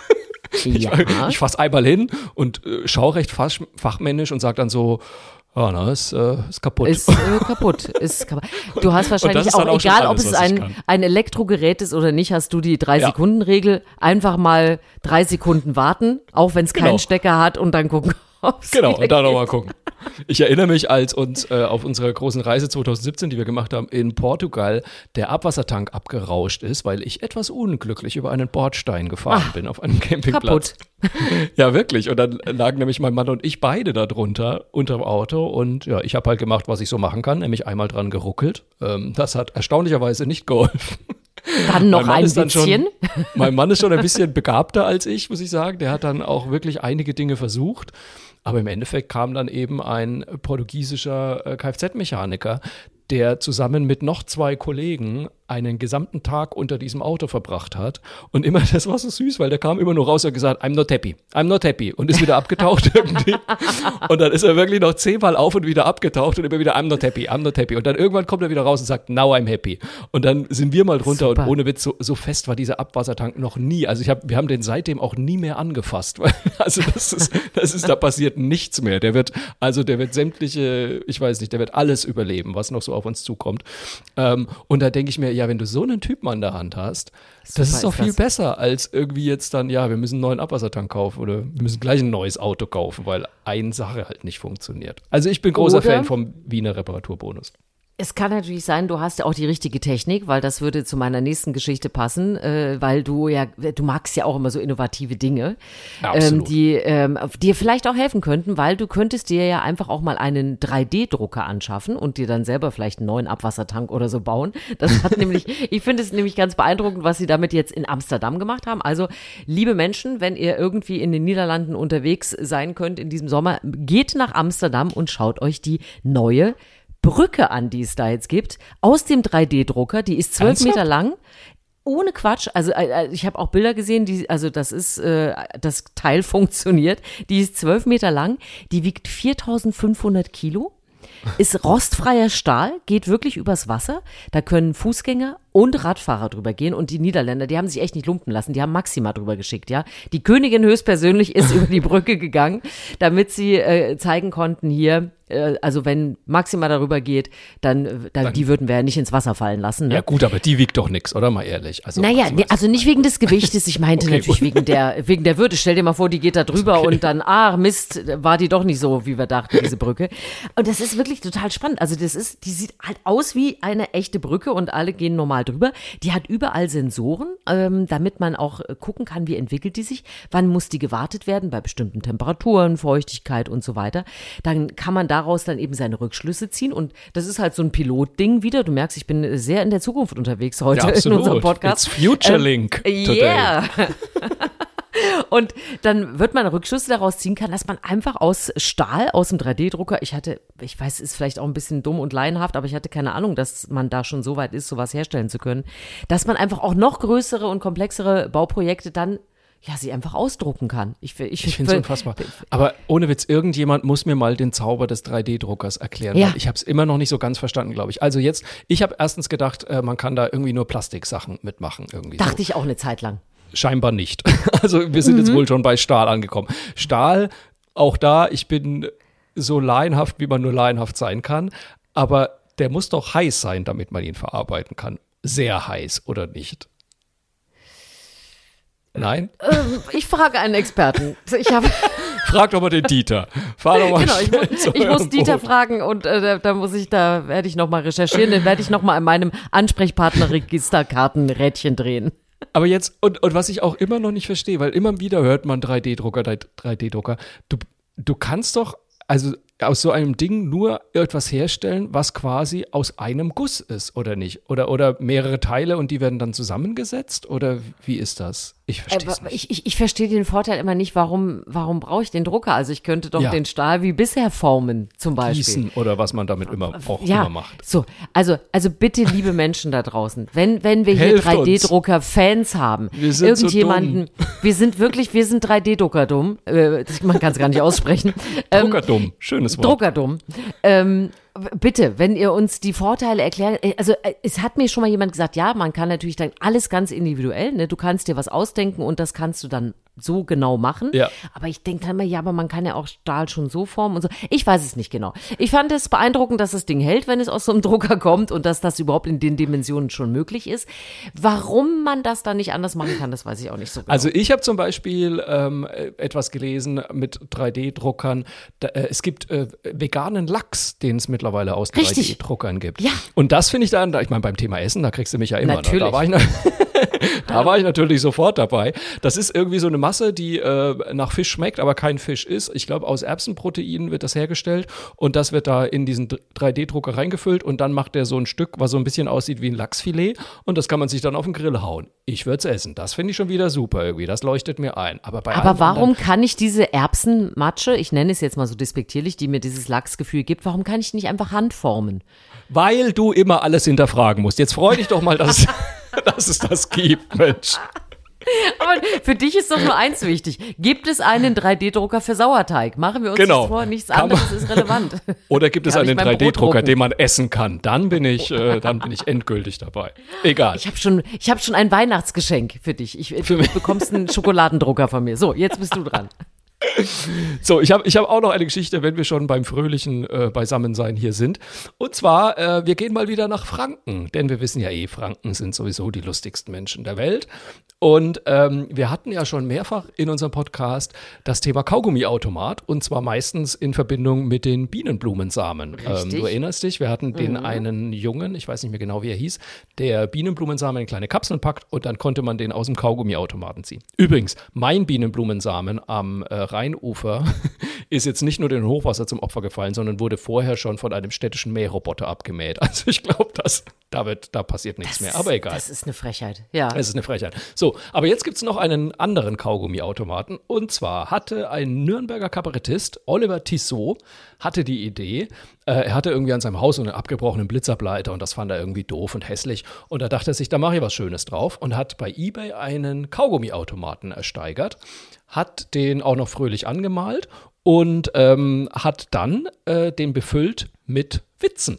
Ja. Ich, ich fasse einmal hin und äh, schaue recht fach, fachmännisch und sage dann so, ah, oh, na, ist, äh, ist kaputt. Ist äh, kaputt. Ist kaputt. Du hast wahrscheinlich ist auch, dann auch schon egal alles, ob es was ich ein, kann. ein Elektrogerät ist oder nicht, hast du die Ja. drei-Sekunden-Regel. Einfach mal drei Sekunden warten, auch wenn es Genau. keinen Stecker hat und dann gucken, ob es Genau, wieder und da geht. nochmal gucken. Ich erinnere mich, als uns äh, auf unserer großen Reise zwanzig siebzehn, die wir gemacht haben, in Portugal, der Abwassertank abgerauscht ist, weil ich etwas unglücklich über einen Bordstein gefahren Ach, bin auf einem Campingplatz. Kaputt. Ja, wirklich. Und dann lagen nämlich mein Mann und ich beide da drunter, unterm Auto. Und ja, ich habe halt gemacht, was ich so machen kann, nämlich einmal dran geruckelt. Ähm, das hat erstaunlicherweise nicht geholfen. Dann noch Mein Mann ein ist dann bisschen. Schon, mein Mann ist schon ein bisschen begabter als ich, muss ich sagen. Der hat dann auch wirklich einige Dinge versucht. Aber im Endeffekt kam dann eben ein portugiesischer äh, Kfz-Mechaniker, der zusammen mit noch zwei Kollegen einen gesamten Tag unter diesem Auto verbracht hat. Und immer, das war so süß, weil der kam immer nur raus und hat gesagt, I'm not happy, I'm not happy. Und ist wieder abgetaucht irgendwie. Und dann ist er wirklich noch zehnmal auf und wieder abgetaucht und immer wieder, I'm not happy, I'm not happy. Und dann irgendwann kommt er wieder raus und sagt, now I'm happy. Und dann sind wir mal drunter Super. und ohne Witz, so, so fest war dieser Abwassertank noch nie. Also ich hab, wir haben den seitdem auch nie mehr angefasst. Weil, also das ist, das ist, da passiert nichts mehr. Der wird, also der wird sämtliche, ich weiß nicht, der wird alles überleben, was noch so auf uns zukommt. Ähm, und da denke ich mir, ja, wenn du so einen Typen an der Hand hast, Super das ist doch ist viel das. besser, als irgendwie jetzt dann, ja, wir müssen einen neuen Abwassertank kaufen oder wir müssen gleich ein neues Auto kaufen, weil eine Sache halt nicht funktioniert. Also ich bin großer Oder- Fan vom Wiener Reparaturbonus. Es kann natürlich sein, du hast ja auch die richtige Technik, weil das würde zu meiner nächsten Geschichte passen, äh, weil du ja, du magst ja auch immer so innovative Dinge, Ja, ähm, absolut. die ähm, dir vielleicht auch helfen könnten, weil du könntest dir ja einfach auch mal einen drei D Drucker anschaffen und dir dann selber vielleicht einen neuen Abwassertank oder so bauen. Das hat nämlich, ich finde es nämlich ganz beeindruckend, was sie damit jetzt in Amsterdam gemacht haben. Also, liebe Menschen, wenn ihr irgendwie in den Niederlanden unterwegs sein könnt in diesem Sommer, geht nach Amsterdam und schaut euch die neue Brücke an, die es da jetzt gibt, aus dem drei D Drucker. Die ist zwölf Ernsthaft? Meter lang. Ohne Quatsch, also äh, ich habe auch Bilder gesehen, die, also das ist, äh, das Teil funktioniert. Die ist zwölf Meter lang, die wiegt viertausendfünfhundert Kilo, ist rostfreier Stahl, geht wirklich übers Wasser. Da können Fußgänger und Radfahrer drüber gehen und die Niederländer, die haben sich echt nicht lumpen lassen, die haben Maxima drüber geschickt, ja. Die Königin höchstpersönlich ist über die Brücke gegangen, damit sie äh, zeigen konnten hier, äh, also wenn Maxima darüber geht, dann, äh, dann, Dann- die würden wir ja nicht ins Wasser fallen lassen, ne? Ja gut, aber die wiegt doch nichts, oder? Mal ehrlich. Also, Naja, also, nee, also nicht wegen des Gewichtes, ich meinte Okay, natürlich gut. wegen der, wegen der Würde. Stell dir mal vor, die geht da drüber Okay. und dann, ah, Mist, war die doch nicht so, wie wir dachten, diese Brücke. Und das ist wirklich total spannend. Also das ist, die sieht halt aus wie eine echte Brücke und alle gehen normal drüber. Die hat überall Sensoren, ähm, damit man auch äh, gucken kann, wie entwickelt die sich, wann muss die gewartet werden, bei bestimmten Temperaturen, Feuchtigkeit und so weiter. Dann kann man daraus dann eben seine Rückschlüsse ziehen und das ist halt so ein Pilotding wieder. Du merkst, ich bin sehr in der Zukunft unterwegs heute Ja, in absolut. unserem Podcast. It's FutureLink Ähm, today. yeah. Und dann wird man Rückschlüsse daraus ziehen können, dass man einfach aus Stahl, aus dem drei D Drucker, ich hatte, ich weiß, ist vielleicht auch ein bisschen dumm und laienhaft, aber ich hatte keine Ahnung, dass man da schon so weit ist, sowas herstellen zu können, dass man einfach auch noch größere und komplexere Bauprojekte dann ja, sie einfach ausdrucken kann. Ich, ich, ich finde es unfassbar. Aber ohne Witz, irgendjemand muss mir mal den Zauber des drei D-Druckers erklären. Ja. Weil ich habe es immer noch nicht so ganz verstanden, glaube ich. Also jetzt, ich habe erstens gedacht, äh, man kann da irgendwie nur Plastiksachen mitmachen. Irgendwie Dachte so. ich auch eine Zeit lang. Scheinbar nicht. Also wir sind mhm. jetzt wohl schon bei Stahl angekommen. Stahl, auch da, ich bin so laienhaft, wie man nur laienhaft sein kann. Aber der muss doch heiß sein, damit man ihn verarbeiten kann. Sehr heiß, oder nicht? Nein? Ähm, ich frage einen Experten. Ich hab Frag doch mal den Dieter. Fahr doch mal genau, ich, mu- ich muss Dieter Boot. fragen und äh, da, da muss ich, da werde ich nochmal recherchieren, dann werde ich nochmal an meinem Ansprechpartner-Registerkartenrädchen drehen. Aber jetzt, und, und was ich auch immer noch nicht verstehe, weil immer wieder hört man drei D-Drucker, drei D-Drucker. Du, du kannst doch, also aus so einem Ding nur etwas herstellen, was quasi aus einem Guss ist, oder nicht? Oder, oder mehrere Teile und die werden dann zusammengesetzt? Oder wie ist das? Ich verstehe es nicht. Ich, ich, ich verstehe den Vorteil immer nicht, warum, warum brauche ich den Drucker? Also ich könnte doch ja. den Stahl wie bisher formen, zum Beispiel. Gießen oder was man damit immer, auch ja, immer macht. So, also, also bitte, liebe Menschen da draußen, wenn, wenn wir hier Helft drei D-Drucker-Fans haben, wir sind irgendjemanden, so dumm. wir sind wirklich, wir sind drei D-Drucker dumm, äh, man kann es gar nicht aussprechen. Ähm, Drucker dumm, schönes Wort. Drucker dumm. Ähm, bitte, wenn ihr uns die Vorteile erklärt, also es hat mir schon mal jemand gesagt, ja, man kann natürlich dann alles ganz individuell, ne? Du kannst dir was ausdenken und das kannst du dann so genau machen. Ja. Aber ich denke dann mal, ja, aber man kann ja auch Stahl schon so formen und so. Ich weiß es nicht genau. Ich fand es beeindruckend, dass das Ding hält, wenn es aus so einem Drucker kommt und dass das überhaupt in den Dimensionen schon möglich ist. Warum man das dann nicht anders machen kann, das weiß ich auch nicht so genau. Also ich habe zum Beispiel ähm, etwas gelesen mit drei D-Druckern. Da, äh, es gibt äh, veganen Lachs, den es mittlerweile aus drei D-Druckern gibt. Ja. Und das finde ich dann, ich meine, beim Thema Essen, da kriegst du mich ja immer. Natürlich. Ne? Da war ich noch Da war ich natürlich sofort dabei. Das ist irgendwie so eine Masse, die äh, nach Fisch schmeckt, aber kein Fisch ist. Ich glaube, aus Erbsenproteinen wird das hergestellt und das wird da in diesen drei D-Drucker reingefüllt und dann macht der so ein Stück, was so ein bisschen aussieht wie ein Lachsfilet und das kann man sich dann auf den Grill hauen. Ich würde es essen. Das finde ich schon wieder super irgendwie. Das leuchtet mir ein. Aber, bei aber warum anderen, kann ich diese Erbsenmatsche, ich nenne es jetzt mal so despektierlich, die mir dieses Lachsgefühl gibt, warum kann ich nicht einfach handformen? Weil du immer alles hinterfragen musst. Jetzt freu dich doch mal, dass, dass es das gibt, Mensch. Aber für dich ist doch nur eins wichtig. Gibt es einen drei D-Drucker für Sauerteig? Machen wir uns genau. das vor, nichts anderes ist relevant. Oder gibt es Kann einen drei D-Drucker, den man essen kann? Dann bin ich, äh, dann bin ich endgültig dabei. Egal. Ich habe schon, ich hab schon ein Weihnachtsgeschenk für dich. Ich, du bekommst einen Schokoladendrucker von mir. So, jetzt bist du dran. So, ich habe ich hab auch noch eine Geschichte, wenn wir schon beim fröhlichen äh, Beisammensein hier sind. Und zwar, äh, wir gehen mal wieder nach Franken, denn wir wissen ja eh, Franken sind sowieso die lustigsten Menschen der Welt. Und ähm, wir hatten ja schon mehrfach in unserem Podcast das Thema Kaugummiautomat und zwar meistens in Verbindung mit den Bienenblumensamen. Ähm, du erinnerst dich, wir hatten mhm. den einen Jungen, ich weiß nicht mehr genau, wie er hieß, der Bienenblumensamen in kleine Kapseln packt und dann konnte man den aus dem Kaugummiautomaten ziehen. Übrigens, mein Bienenblumensamen am äh, Rheinufer ist jetzt nicht nur dem Hochwasser zum Opfer gefallen, sondern wurde vorher schon von einem städtischen Mähroboter abgemäht. Also ich glaube, da, da passiert nichts das mehr, aber egal. Das ist eine Frechheit, ja. Es ist eine Frechheit. So, aber jetzt gibt es noch einen anderen Kaugummiautomaten. Und zwar hatte ein Nürnberger Kabarettist, Oliver Tissot, hatte die Idee, äh, er hatte irgendwie an seinem Haus so einen abgebrochenen Blitzableiter und das fand er irgendwie doof und hässlich. Und da dachte er sich, da mache ich was Schönes drauf und hat bei eBay einen Kaugummiautomaten ersteigert, hat den auch noch fröhlich angemalt und ähm, hat dann äh, den befüllt mit Witzen.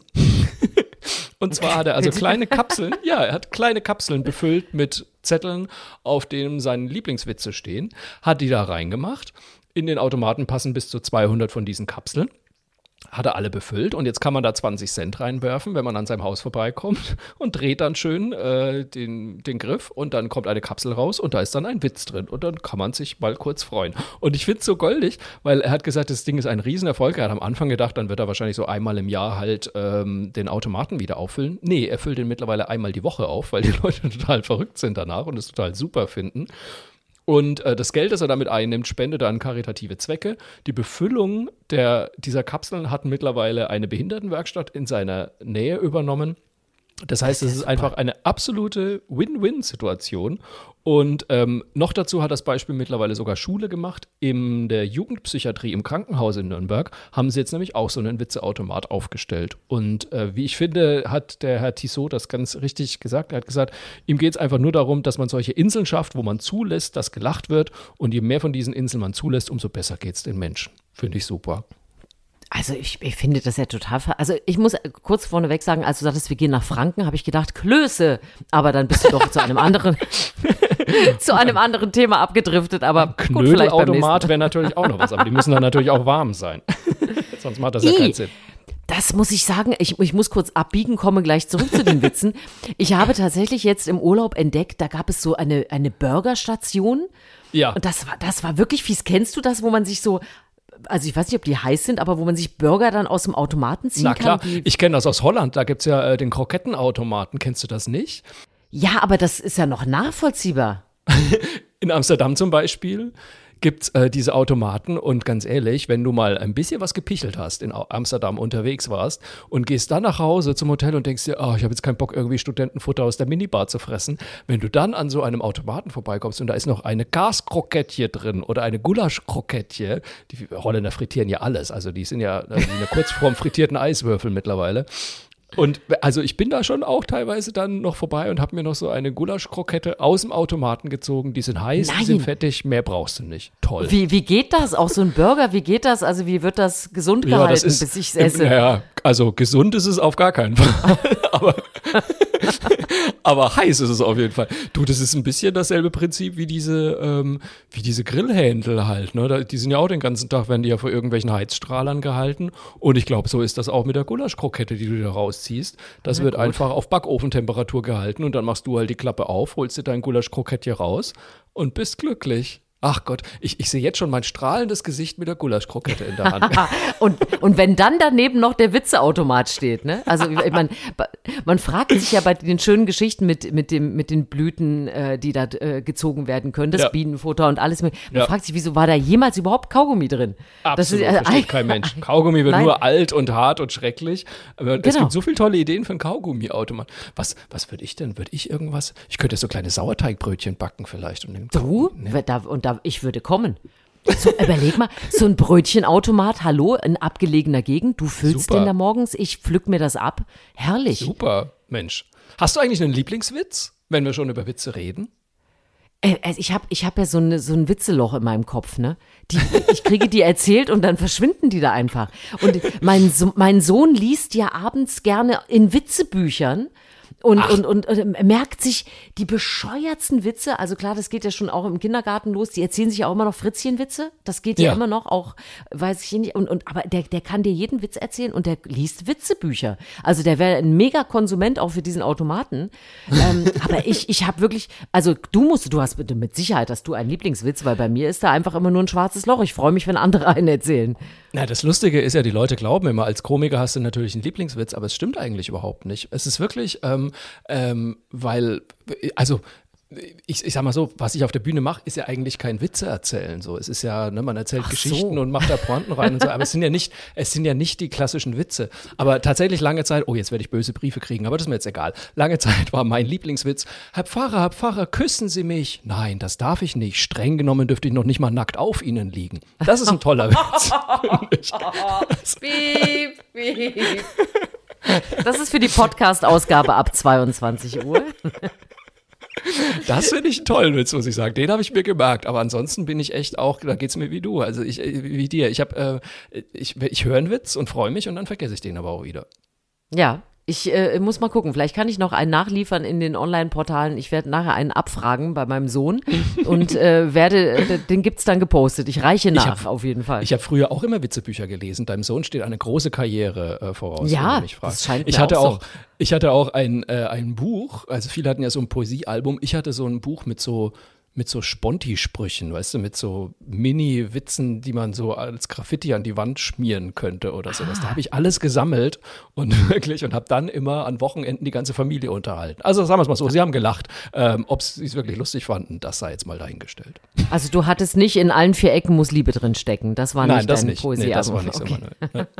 Und zwar hat er also kleine Kapseln, ja, er hat kleine Kapseln befüllt mit Zetteln, auf denen seine Lieblingswitze stehen, hat die da reingemacht. In den Automaten passen bis zu zweihundert von diesen Kapseln. Hat er alle befüllt und jetzt kann man da zwanzig Cent reinwerfen, wenn man an seinem Haus vorbeikommt und dreht dann schön äh, den, den Griff und dann kommt eine Kapsel raus und da ist dann ein Witz drin und dann kann man sich mal kurz freuen. Und ich finde es so goldig, weil er hat gesagt, das Ding ist ein Riesenerfolg. Er hat am Anfang gedacht, dann wird er wahrscheinlich so einmal im Jahr halt ähm, den Automaten wieder auffüllen. Nee, er füllt den mittlerweile einmal die Woche auf, weil die Leute total verrückt sind danach und es total super finden. Und äh, das Geld, das er damit einnimmt, spendet er an karitative Zwecke. Die Befüllung der, dieser Kapseln hat mittlerweile eine Behindertenwerkstatt in seiner Nähe übernommen. Das heißt, es ist einfach eine absolute Win-Win-Situation. Und ähm, noch dazu hat das Beispiel mittlerweile sogar Schule gemacht. In der Jugendpsychiatrie im Krankenhaus in Nürnberg haben sie jetzt nämlich auch so einen Witzeautomat aufgestellt. Und äh, wie ich finde, hat der Herr Tissot das ganz richtig gesagt. Er hat gesagt, ihm geht es einfach nur darum, dass man solche Inseln schafft, wo man zulässt, dass gelacht wird. Und je mehr von diesen Inseln man zulässt, umso besser geht es den Menschen. Finde ich super. Also ich, ich finde das ja total, ver- also ich muss kurz vorneweg sagen, als du sagtest, wir gehen nach Franken, habe ich gedacht, Klöße, aber dann bist du doch zu einem anderen, zu einem anderen Thema abgedriftet, aber gut, vielleicht beim Knödelautomat wäre natürlich auch noch was, aber die müssen dann natürlich auch warm sein, sonst macht das ja keinen Sinn. Das muss ich sagen, ich, ich muss kurz abbiegen, komme gleich zurück zu den Witzen. Ich habe tatsächlich jetzt im Urlaub entdeckt, da gab es so eine, eine Burgerstation. Ja. Und das war, das war wirklich fies. Kennst du das, wo man sich so, also ich weiß nicht, ob die heiß sind, aber wo man sich Burger dann aus dem Automaten ziehen Na klar, kann? Na klar, ich kenne das aus Holland, da gibt es ja äh, den Krokettenautomaten, kennst du das nicht? Ja, aber das ist ja noch nachvollziehbar. In Amsterdam zum Beispiel gibt es äh, diese Automaten und ganz ehrlich, wenn du mal ein bisschen was gepichelt hast, in Amsterdam unterwegs warst und gehst dann nach Hause zum Hotel und denkst dir, oh, ich habe jetzt keinen Bock, irgendwie Studentenfutter aus der Minibar zu fressen, wenn du dann an so einem Automaten vorbeikommst und da ist noch eine Gaskrokettche drin oder eine Gulaschkrokettche, die Holländer frittieren ja alles, also die sind ja äh, eine kurz vorm frittierten Eiswürfel mittlerweile. Und also ich bin da schon auch teilweise dann noch vorbei und habe mir noch so eine Gulaschkrokette aus dem Automaten gezogen. Die sind heiß, Nein. die sind fettig, mehr brauchst du nicht. Toll. Wie, wie geht das? Auch so ein Burger, wie geht das? Also wie wird das gesund gehalten, Ja, das ist, bis ich es esse? Naja, also gesund ist es auf gar keinen Fall. aber, aber heiß ist es auf jeden Fall. Du, das ist ein bisschen dasselbe Prinzip wie diese, ähm, wie diese Grillhändel halt. Ne? Da, die sind ja auch den ganzen Tag, werden die ja vor irgendwelchen Heizstrahlern gehalten. Und ich glaube, so ist das auch mit der Gulaschkrokette, die du da rausziehst. Das Na wird gut. einfach auf Backofentemperatur gehalten und dann machst du halt die Klappe auf, holst dir dein Gulaschkrokettchen raus und bist glücklich. Ach Gott, ich, ich sehe jetzt schon mein strahlendes Gesicht mit der Gulaschkrokette in der Hand. und, und wenn dann daneben noch der Witzeautomat steht, ne? Also man, man fragt sich ja bei den schönen Geschichten mit, mit, dem, mit den Blüten, äh, die da äh, gezogen werden können, das Ja. Bienenfutter und alles. Man Ja. fragt sich, wieso war da jemals überhaupt Kaugummi drin? Absolut, das ist, äh, versteht kein Mensch. Kaugummi wird Nein. nur alt und hart und schrecklich. Aber es Genau. gibt so viele tolle Ideen für einen Kaugummiautomat. Was, was würde ich denn? Würde ich irgendwas? Ich könnte so kleine Sauerteigbrötchen backen vielleicht. Und den Du? Kaugummi, ne? Da, und da, ich würde kommen. So, überleg mal, so ein Brötchenautomat, hallo, in abgelegener Gegend, du füllst Super. den da morgens, ich pflück mir das ab. Herrlich. Super, Mensch. Hast du eigentlich einen Lieblingswitz, wenn wir schon über Witze reden? Äh, also ich habe ich hab ja so, eine, so ein Witzeloch in meinem Kopf, ne? Die, ich kriege die erzählt und dann verschwinden die da einfach. Und mein, so, mein Sohn liest ja abends gerne in Witzebüchern. Und, und, und, und merkt sich die bescheuertsten Witze. Also klar, das geht ja schon auch im Kindergarten los. Die erzählen sich ja auch immer noch Fritzchenwitze. Das geht ja, Ja. immer noch, auch weiß ich nicht. Und, und, aber der, der kann dir jeden Witz erzählen und der liest Witzebücher. Also der wäre ein Mega-Konsument auch für diesen Automaten. ähm, aber ich, ich habe wirklich, also du musst, du hast bitte mit Sicherheit, hast du einen Lieblingswitz, weil bei mir ist da einfach immer nur ein schwarzes Loch. Ich freue mich, wenn andere einen erzählen. Na, das Lustige ist ja, die Leute glauben immer, als Komiker hast du natürlich einen Lieblingswitz, aber es stimmt eigentlich überhaupt nicht. Es ist wirklich, ähm, ähm, weil, also ich, ich sag mal so, was ich auf der Bühne mache, ist ja eigentlich kein Witze erzählen. So, es ist ja, ne, man erzählt Ach Geschichten so. und macht da Pointen rein und so, aber es sind ja nicht, es sind ja nicht die klassischen Witze. Aber tatsächlich lange Zeit, oh, jetzt werde ich böse Briefe kriegen, aber das ist mir jetzt egal. Lange Zeit war mein Lieblingswitz: Herr Pfarrer, Herr Pfarrer, küssen Sie mich. Nein, das darf ich nicht. Streng genommen dürfte ich noch nicht mal nackt auf Ihnen liegen. Das ist ein toller Witz, finde ich. Piep, piep. Das ist für die Podcast-Ausgabe ab zweiundzwanzig Uhr. Das finde ich einen tollen Witz, muss ich sagen. Den habe ich mir gemerkt. Aber ansonsten bin ich echt auch, da geht es mir wie du, also ich, wie dir. Ich habe, äh, ich, ich höre einen Witz und freue mich und dann vergesse ich den aber auch wieder. Ja, ich äh, muss mal gucken. Vielleicht kann ich noch einen nachliefern in den Online-Portalen. Ich werde nachher einen abfragen bei meinem Sohn und äh, werde, äh, den gibt's dann gepostet. Ich reiche nach, hab- auf jeden Fall. Ich habe früher auch immer Witzebücher gelesen. Deinem Sohn steht eine große Karriere äh, voraus, Ja, wenn du mich fragst. das scheint ich mir hatte auch auch, ich hatte auch ein, äh, ein Buch, also viele hatten ja so ein Poesiealbum. Ich hatte so ein Buch mit so mit so Sponti-Sprüchen, weißt du, mit so Mini-Witzen, die man so als Graffiti an die Wand schmieren könnte oder sowas. Da habe ich alles gesammelt und wirklich und habe dann immer an Wochenenden die ganze Familie unterhalten. Also sagen wir es mal so, sie haben gelacht. Ähm, ob sie es wirklich lustig fanden, das sei jetzt mal dahingestellt. Also du hattest nicht in allen vier Ecken muss Liebe drin stecken. Das war Nein, nicht das dein nicht. Nee, Poesiealbum. das war nicht so. Okay. Meine, ne?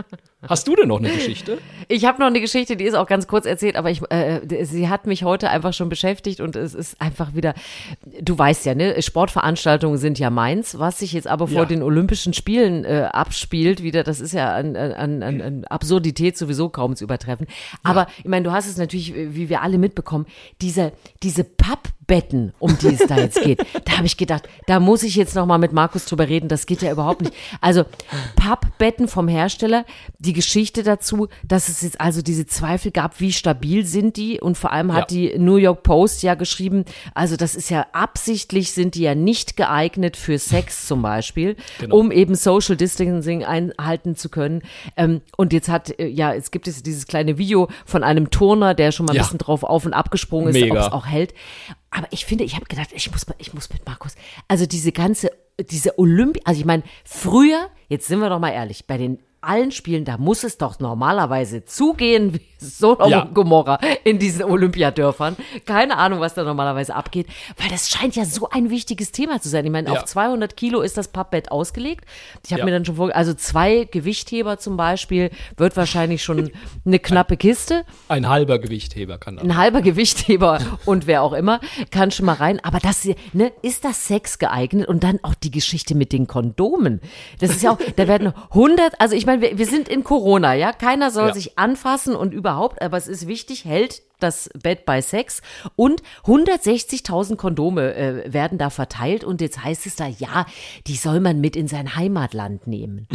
Hast du denn noch eine Geschichte? Ich habe noch eine Geschichte, die ist auch ganz kurz erzählt, aber ich, äh, sie hat mich heute einfach schon beschäftigt und es ist einfach wieder, du weißt ja, ne, Sportveranstaltungen sind ja meins, was sich jetzt aber vor Ja. den Olympischen Spielen äh, abspielt, wieder, das ist ja an, an, an, an Absurdität sowieso kaum zu übertreffen. Aber ich meine, du hast es natürlich, wie wir alle mitbekommen, diese, diese Pappbetten, um die es da jetzt geht, da habe ich gedacht, da muss ich jetzt nochmal mit Markus drüber reden, das geht ja überhaupt nicht. Also Pappbetten vom Hersteller, die Geschichte dazu, dass es jetzt also diese Zweifel gab, wie stabil sind die, und vor allem hat Ja. die New York Post ja geschrieben, also das ist ja absichtlich, sind die ja nicht geeignet für Sex zum Beispiel, Genau. um eben Social Distancing einhalten zu können. Ähm, und jetzt hat, äh, ja, es gibt jetzt dieses kleine Video von einem Turner, der schon mal ein Ja. bisschen drauf auf und abgesprungen ist, Mega. ob es auch hält. Aber ich finde, ich habe gedacht, ich muss, ich muss mit Markus, also diese ganze, diese Olympi, also ich meine, früher, jetzt sind wir doch mal ehrlich, bei den allen Spielen, da muss es doch normalerweise zugehen wie Sodom Ja. und Gomorra in diesen Olympiadörfern. Keine Ahnung, was da normalerweise abgeht, weil das scheint ja so ein wichtiges Thema zu sein. Ich meine, Ja. auf zweihundert Kilo ist das Pappbett ausgelegt. Ich habe Ja. mir dann schon vor, also zwei Gewichtheber zum Beispiel, wird wahrscheinlich schon eine knappe Kiste. Ein halber Gewichtheber kann das. Ein halber Gewichtheber und wer auch immer kann schon mal rein. Aber das, ne, ist das Sex geeignet? Und dann auch die Geschichte mit den Kondomen. Das ist ja auch, da werden hundert, also ich meine, wir, wir sind in Corona, ja. Keiner soll Ja. sich anfassen und überhaupt, aber es ist wichtig, hält das Bett bei Sex, und hundertsechzigtausend Kondome äh, werden da verteilt, und jetzt heißt es da, ja, die soll man mit in sein Heimatland nehmen.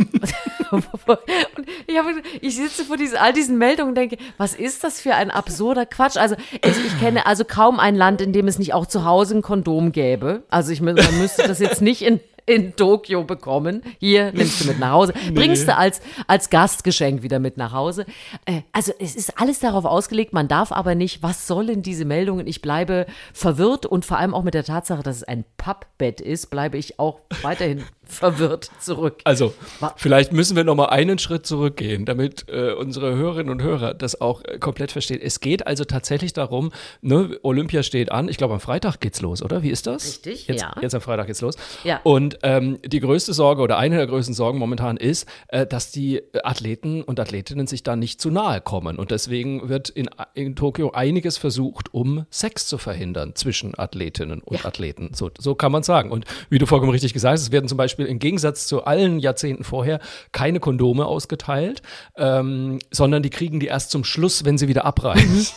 Und ich, hab, ich sitze vor diesen, all diesen Meldungen und denke, was ist das für ein absurder Quatsch? Also ich, ich kenne also kaum ein Land, in dem es nicht auch zu Hause ein Kondom gäbe. Also ich, man müsste das jetzt nicht in in Tokio bekommen. Hier, nimmst du mit nach Hause. Bringst du als, als Gastgeschenk wieder mit nach Hause. Äh, also es ist alles darauf ausgelegt, man darf aber nicht, was sollen diese Meldungen? Ich bleibe verwirrt, und vor allem auch mit der Tatsache, dass es ein Pappbett ist, bleibe ich auch weiterhin verwirrt zurück. Also, Wa- vielleicht müssen wir noch mal einen Schritt zurückgehen, damit äh, unsere Hörerinnen und Hörer das auch äh, komplett verstehen. Es geht also tatsächlich darum, ne, Olympia steht an. Ich glaube, am Freitag geht's los, oder? Wie ist das? Richtig, jetzt, ja. Jetzt am Freitag geht's los. Ja. Und ähm, die größte Sorge oder eine der größten Sorgen momentan ist, äh, dass die Athleten und Athletinnen sich da nicht zu nahe kommen. Und deswegen wird in, in Tokio einiges versucht, um Sex zu verhindern zwischen Athletinnen und Ja. Athleten. So, so kann man sagen. Und wie du vollkommen richtig gesagt hast, es werden zum Beispiel im Gegensatz zu allen Jahrzehnten vorher keine Kondome ausgeteilt, ähm, sondern die kriegen die erst zum Schluss, wenn sie wieder abreißen.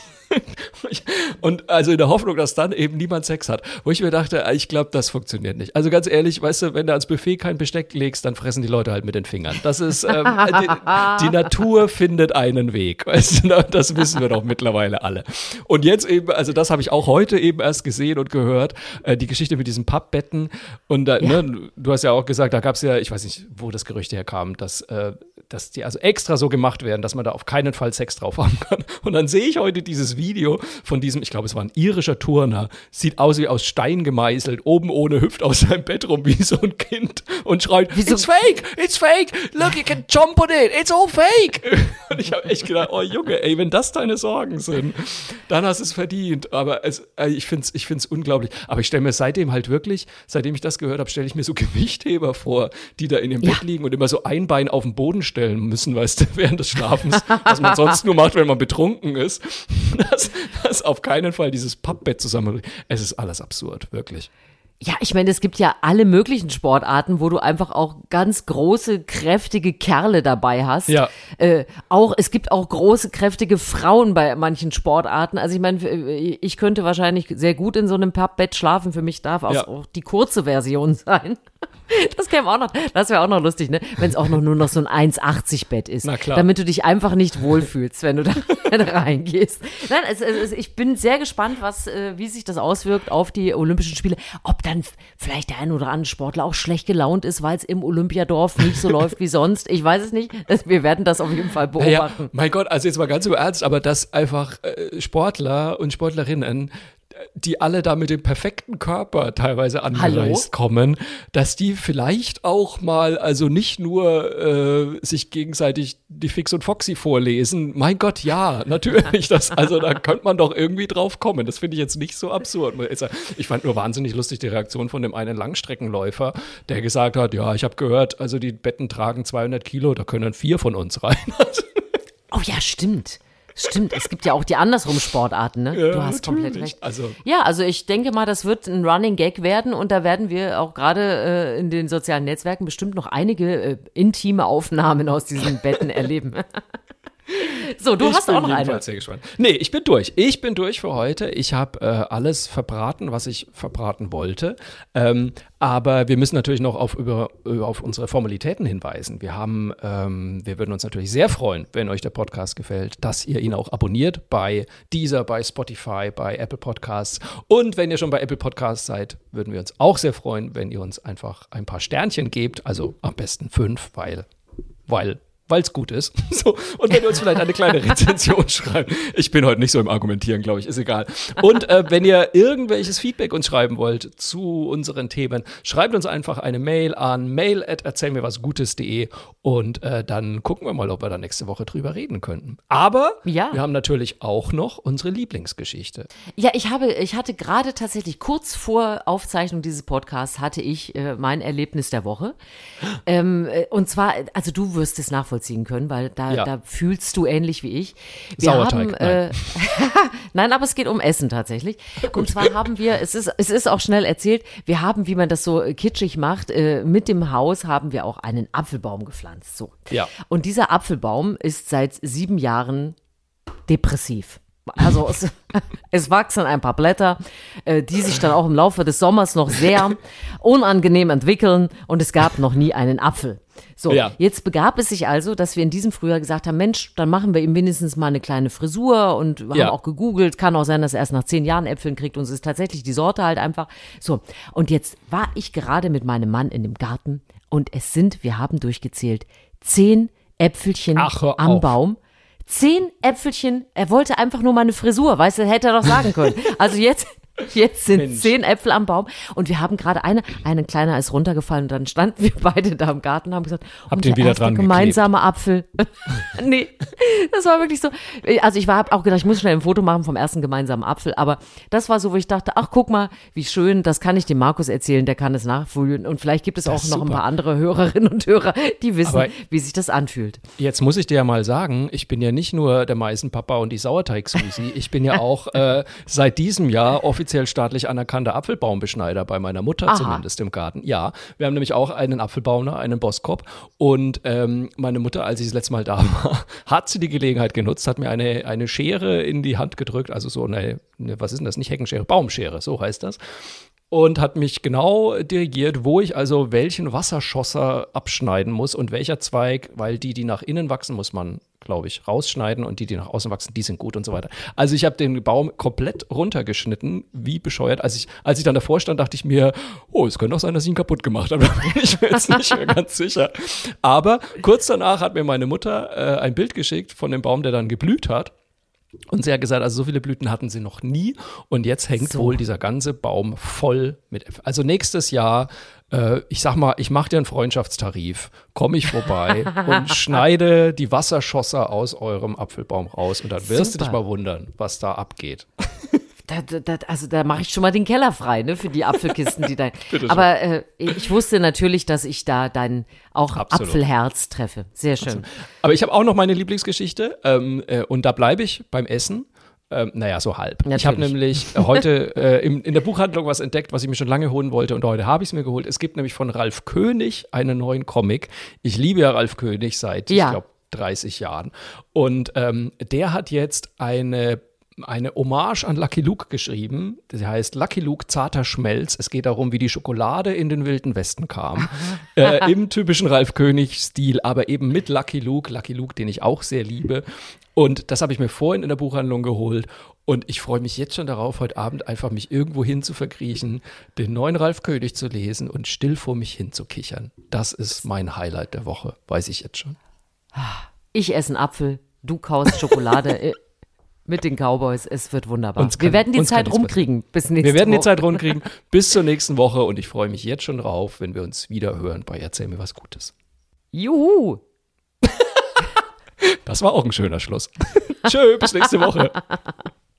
Und also in der Hoffnung, dass dann eben niemand Sex hat. Wo ich mir dachte, ich glaube, das funktioniert nicht. Also ganz ehrlich, weißt du, wenn du ans Buffet kein Besteck legst, dann fressen die Leute halt mit den Fingern. Das ist, ähm, die, die Natur findet einen Weg. Weißt du, das wissen wir doch mittlerweile alle. Und jetzt eben, also das habe ich auch heute eben erst gesehen und gehört, äh, die Geschichte mit diesen Pappbetten. Und da, Ja. ne, du hast ja auch gesagt, da gab es ja, ich weiß nicht, wo das Gerücht herkam, dass, äh, dass die also extra so gemacht werden, dass man da auf keinen Fall Sex drauf haben kann. Und dann sehe ich heute dieses Video von diesem, ich glaube, es war ein irischer Turner, sieht aus wie aus Stein gemeißelt, oben ohne, hüpft aus seinem Bett rum wie so ein Kind und schreit, Wieso? it's fake, it's fake, look, you can jump on it, it's all fake. Und ich habe echt gedacht, oh Junge, ey, wenn das deine Sorgen sind, dann hast du es verdient. Aber es, äh, ich finde es ich find's unglaublich. Aber ich stelle mir seitdem halt wirklich, seitdem ich das gehört habe, stelle ich mir so Gewichtheber vor, die da in dem Ja. Bett liegen und immer so ein Bein auf den Boden stellen müssen, weißt du, während des Schlafens, was man sonst nur macht, wenn man betrunken ist. Das, das auf keinen Fall dieses Pappbett zusammen. Es ist alles absurd, wirklich. Ja, ich meine, es gibt ja alle möglichen Sportarten, wo du einfach auch ganz große, kräftige Kerle dabei hast. Ja. Äh, auch, es gibt auch große, kräftige Frauen bei manchen Sportarten. Also ich meine, ich könnte wahrscheinlich sehr gut in so einem Pappbett schlafen. Für mich darf auch, Ja. auch die kurze Version sein. Das käme auch noch, das wäre auch noch lustig, ne? Wenn es auch noch nur noch so ein eins achtzig Bett ist. Na klar. Damit du dich einfach nicht wohlfühlst, wenn du da, da reingehst. Nein, es, es, ich bin sehr gespannt, was, äh, wie sich das auswirkt auf die Olympischen Spiele. Ob dann vielleicht der ein oder andere Sportler auch schlecht gelaunt ist, weil es im Olympiadorf nicht so läuft wie sonst. Ich weiß es nicht. Wir werden das auf jeden Fall beobachten. Naja, mein Gott, also jetzt mal ganz so ernst, aber dass einfach äh, Sportler und Sportlerinnen die alle da mit dem perfekten Körper teilweise angereist kommen, dass die vielleicht auch mal, also nicht nur äh, sich gegenseitig die Fix und Foxy vorlesen. Mein Gott, ja, natürlich. Das, also da könnte man doch irgendwie drauf kommen. Das finde ich jetzt nicht so absurd. Ich fand nur wahnsinnig lustig die Reaktion von dem einen Langstreckenläufer, der gesagt hat, ja, ich habe gehört, also die Betten tragen zweihundert Kilo, da können vier von uns rein. Oh ja, stimmt. Stimmt, es gibt ja auch die andersrum Sportarten, ne? Ja, du hast natürlich. komplett recht. Also, ja, also ich denke mal, das wird ein Running Gag werden und da werden wir auch gerade äh, in den sozialen Netzwerken bestimmt noch einige äh, intime Aufnahmen aus diesen Betten erleben. So, du ich hast bin auch noch eine. jedenfalls sehr gespannt. Nee, ich bin durch. Ich bin durch für heute. Ich habe äh, alles verbraten, was ich verbraten wollte. Ähm, aber wir müssen natürlich noch auf, über, auf unsere Formalitäten hinweisen. Wir haben, ähm, wir würden uns natürlich sehr freuen, wenn euch der Podcast gefällt, dass ihr ihn auch abonniert bei Deezer, bei Spotify, bei Apple Podcasts. Und wenn ihr schon bei Apple Podcasts seid, würden wir uns auch sehr freuen, wenn ihr uns einfach ein paar Sternchen gebt. Also am besten fünf, weil, weil weil es gut ist. So, und wenn ihr uns vielleicht eine kleine Rezension schreibt. Ich bin heute nicht so im Argumentieren, glaube ich, ist egal. Und äh, wenn ihr irgendwelches Feedback uns schreiben wollt zu unseren Themen, schreibt uns einfach eine Mail an mail at erzählmirwasgutes.de und äh, dann gucken wir mal, ob wir da nächste Woche drüber reden könnten. Aber ja. wir haben natürlich auch noch unsere Lieblingsgeschichte. Ja, ich habe, ich hatte gerade tatsächlich kurz vor Aufzeichnung dieses Podcasts hatte ich äh, mein Erlebnis der Woche. Ähm, äh, und zwar, also du wirst es nachvollziehen können, weil da, ja. da fühlst du ähnlich wie ich. Wir Sauerteig, haben, äh, nein, aber es geht um Essen tatsächlich. Und zwar haben wir, es ist, es ist auch schnell erzählt, wir haben, wie man das so kitschig macht, äh, mit dem Haus haben wir auch einen Apfelbaum gepflanzt. So. Ja. Und dieser Apfelbaum ist seit sieben Jahren depressiv. Also es, es wachsen ein paar Blätter, äh, die sich dann auch im Laufe des Sommers noch sehr unangenehm entwickeln und es gab noch nie einen Apfel. So, ja. Jetzt begab es sich also, dass wir in diesem Frühjahr gesagt haben, Mensch, dann machen wir ihm wenigstens mal eine kleine Frisur und wir ja. haben auch gegoogelt, kann auch sein, dass er erst nach zehn Jahren Äpfeln kriegt und es ist tatsächlich die Sorte halt einfach. So, und jetzt war ich gerade mit meinem Mann in dem Garten und es sind, wir haben durchgezählt, zehn Äpfelchen Ach, hör am auf. Baum. Zehn Äpfelchen, er wollte einfach nur mal eine Frisur, weißt du, hätte er doch sagen können. Also jetzt, jetzt sind Mensch. zehn Äpfel am Baum und wir haben gerade eine, ein kleiner ist runtergefallen und dann standen wir beide da im Garten und haben gesagt, Habt ihr unser wieder erster dran gemeinsamer Apfel. Nee, das war wirklich so. Also ich war, hab auch gedacht, ich muss schnell ein Foto machen vom ersten gemeinsamen Apfel, aber das war so, wo ich dachte, ach guck mal, wie schön, das kann ich dem Markus erzählen, der kann es nachfühlen und vielleicht gibt es Das auch ist noch ein super. paar andere Hörerinnen und Hörer, die wissen, Aber wie sich das anfühlt. Jetzt muss ich dir ja mal sagen, ich bin ja nicht nur der Meisenpapa und die Sauerteig-Susi, ich bin ja auch äh, seit diesem Jahr offiziell staatlich anerkannter Apfelbaumbeschneider bei meiner Mutter Aha. zumindest im Garten. Ja, wir haben nämlich auch einen Apfelbaum, einen Boskop und ähm, meine Mutter, als ich das letzte Mal da war, hat sie die Gelegenheit genutzt, hat mir eine, eine Schere in die Hand gedrückt, also so eine, eine, was ist denn das, nicht Heckenschere, Baumschere, so heißt das. Und hat mich genau dirigiert, wo ich also welchen Wasserschosser abschneiden muss und welcher Zweig, weil die, die nach innen wachsen, muss man, glaube ich, rausschneiden und die, die nach außen wachsen, die sind gut und so weiter. Also ich habe den Baum komplett runtergeschnitten, wie bescheuert. Als ich, als ich dann davor stand, dachte ich mir, oh, es könnte auch sein, dass ich ihn kaputt gemacht habe. Da bin ich mir jetzt nicht mehr ganz sicher. Aber kurz danach hat mir meine Mutter äh, ein Bild geschickt von dem Baum, der dann geblüht hat. Und sie hat gesagt, also so viele Blüten hatten sie noch nie und jetzt hängt So. wohl dieser ganze Baum voll mit Äpfeln. Also nächstes Jahr, äh, ich sag mal, ich mache dir einen Freundschaftstarif, komme ich vorbei und schneide die Wasserschosser aus eurem Apfelbaum raus und dann wirst Super. du dich mal wundern, was da abgeht. Da, da, da, also da mache ich schon mal den Keller frei, ne, für die Apfelkisten, die da. Bitte schön. Aber äh, ich wusste natürlich, dass ich da dein auch Absolut. Apfelherz treffe. Sehr schön. Aber ich habe auch noch meine Lieblingsgeschichte ähm, äh, und da bleibe ich beim Essen. Ähm, naja, so halb. Natürlich. Ich habe nämlich heute äh, im, in der Buchhandlung was entdeckt, was ich mir schon lange holen wollte und heute habe ich es mir geholt. Es gibt nämlich von Ralf König einen neuen Comic. Ich liebe ja Ralf König seit, Ja. ich glaube, dreißig Jahren. Und ähm, der hat jetzt eine eine Hommage an Lucky Luke geschrieben. Das heißt Lucky Luke, zarter Schmelz. Es geht darum, wie die Schokolade in den Wilden Westen kam. äh, Im typischen Ralf König-Stil, aber eben mit Lucky Luke. Lucky Luke, den ich auch sehr liebe. Und das habe ich mir vorhin in der Buchhandlung geholt. Und ich freue mich jetzt schon darauf, heute Abend einfach mich irgendwo hin zu verkriechen, den neuen Ralf König zu lesen und still vor mich hin zu kichern. Das ist mein Highlight der Woche, weiß ich jetzt schon. Ich esse einen Apfel, du kaust Schokolade. Mit den Cowboys, es wird wunderbar. Uns kann- wir werden die uns kann Zeit nichts rumkriegen bis nächste Wir werden die Woche. Zeit rumkriegen bis zur nächsten Woche und ich freue mich jetzt schon drauf, wenn wir uns wieder hören bei Erzähl mir was Gutes. Juhu! Das war auch ein schöner Schluss. Tschö, bis nächste Woche.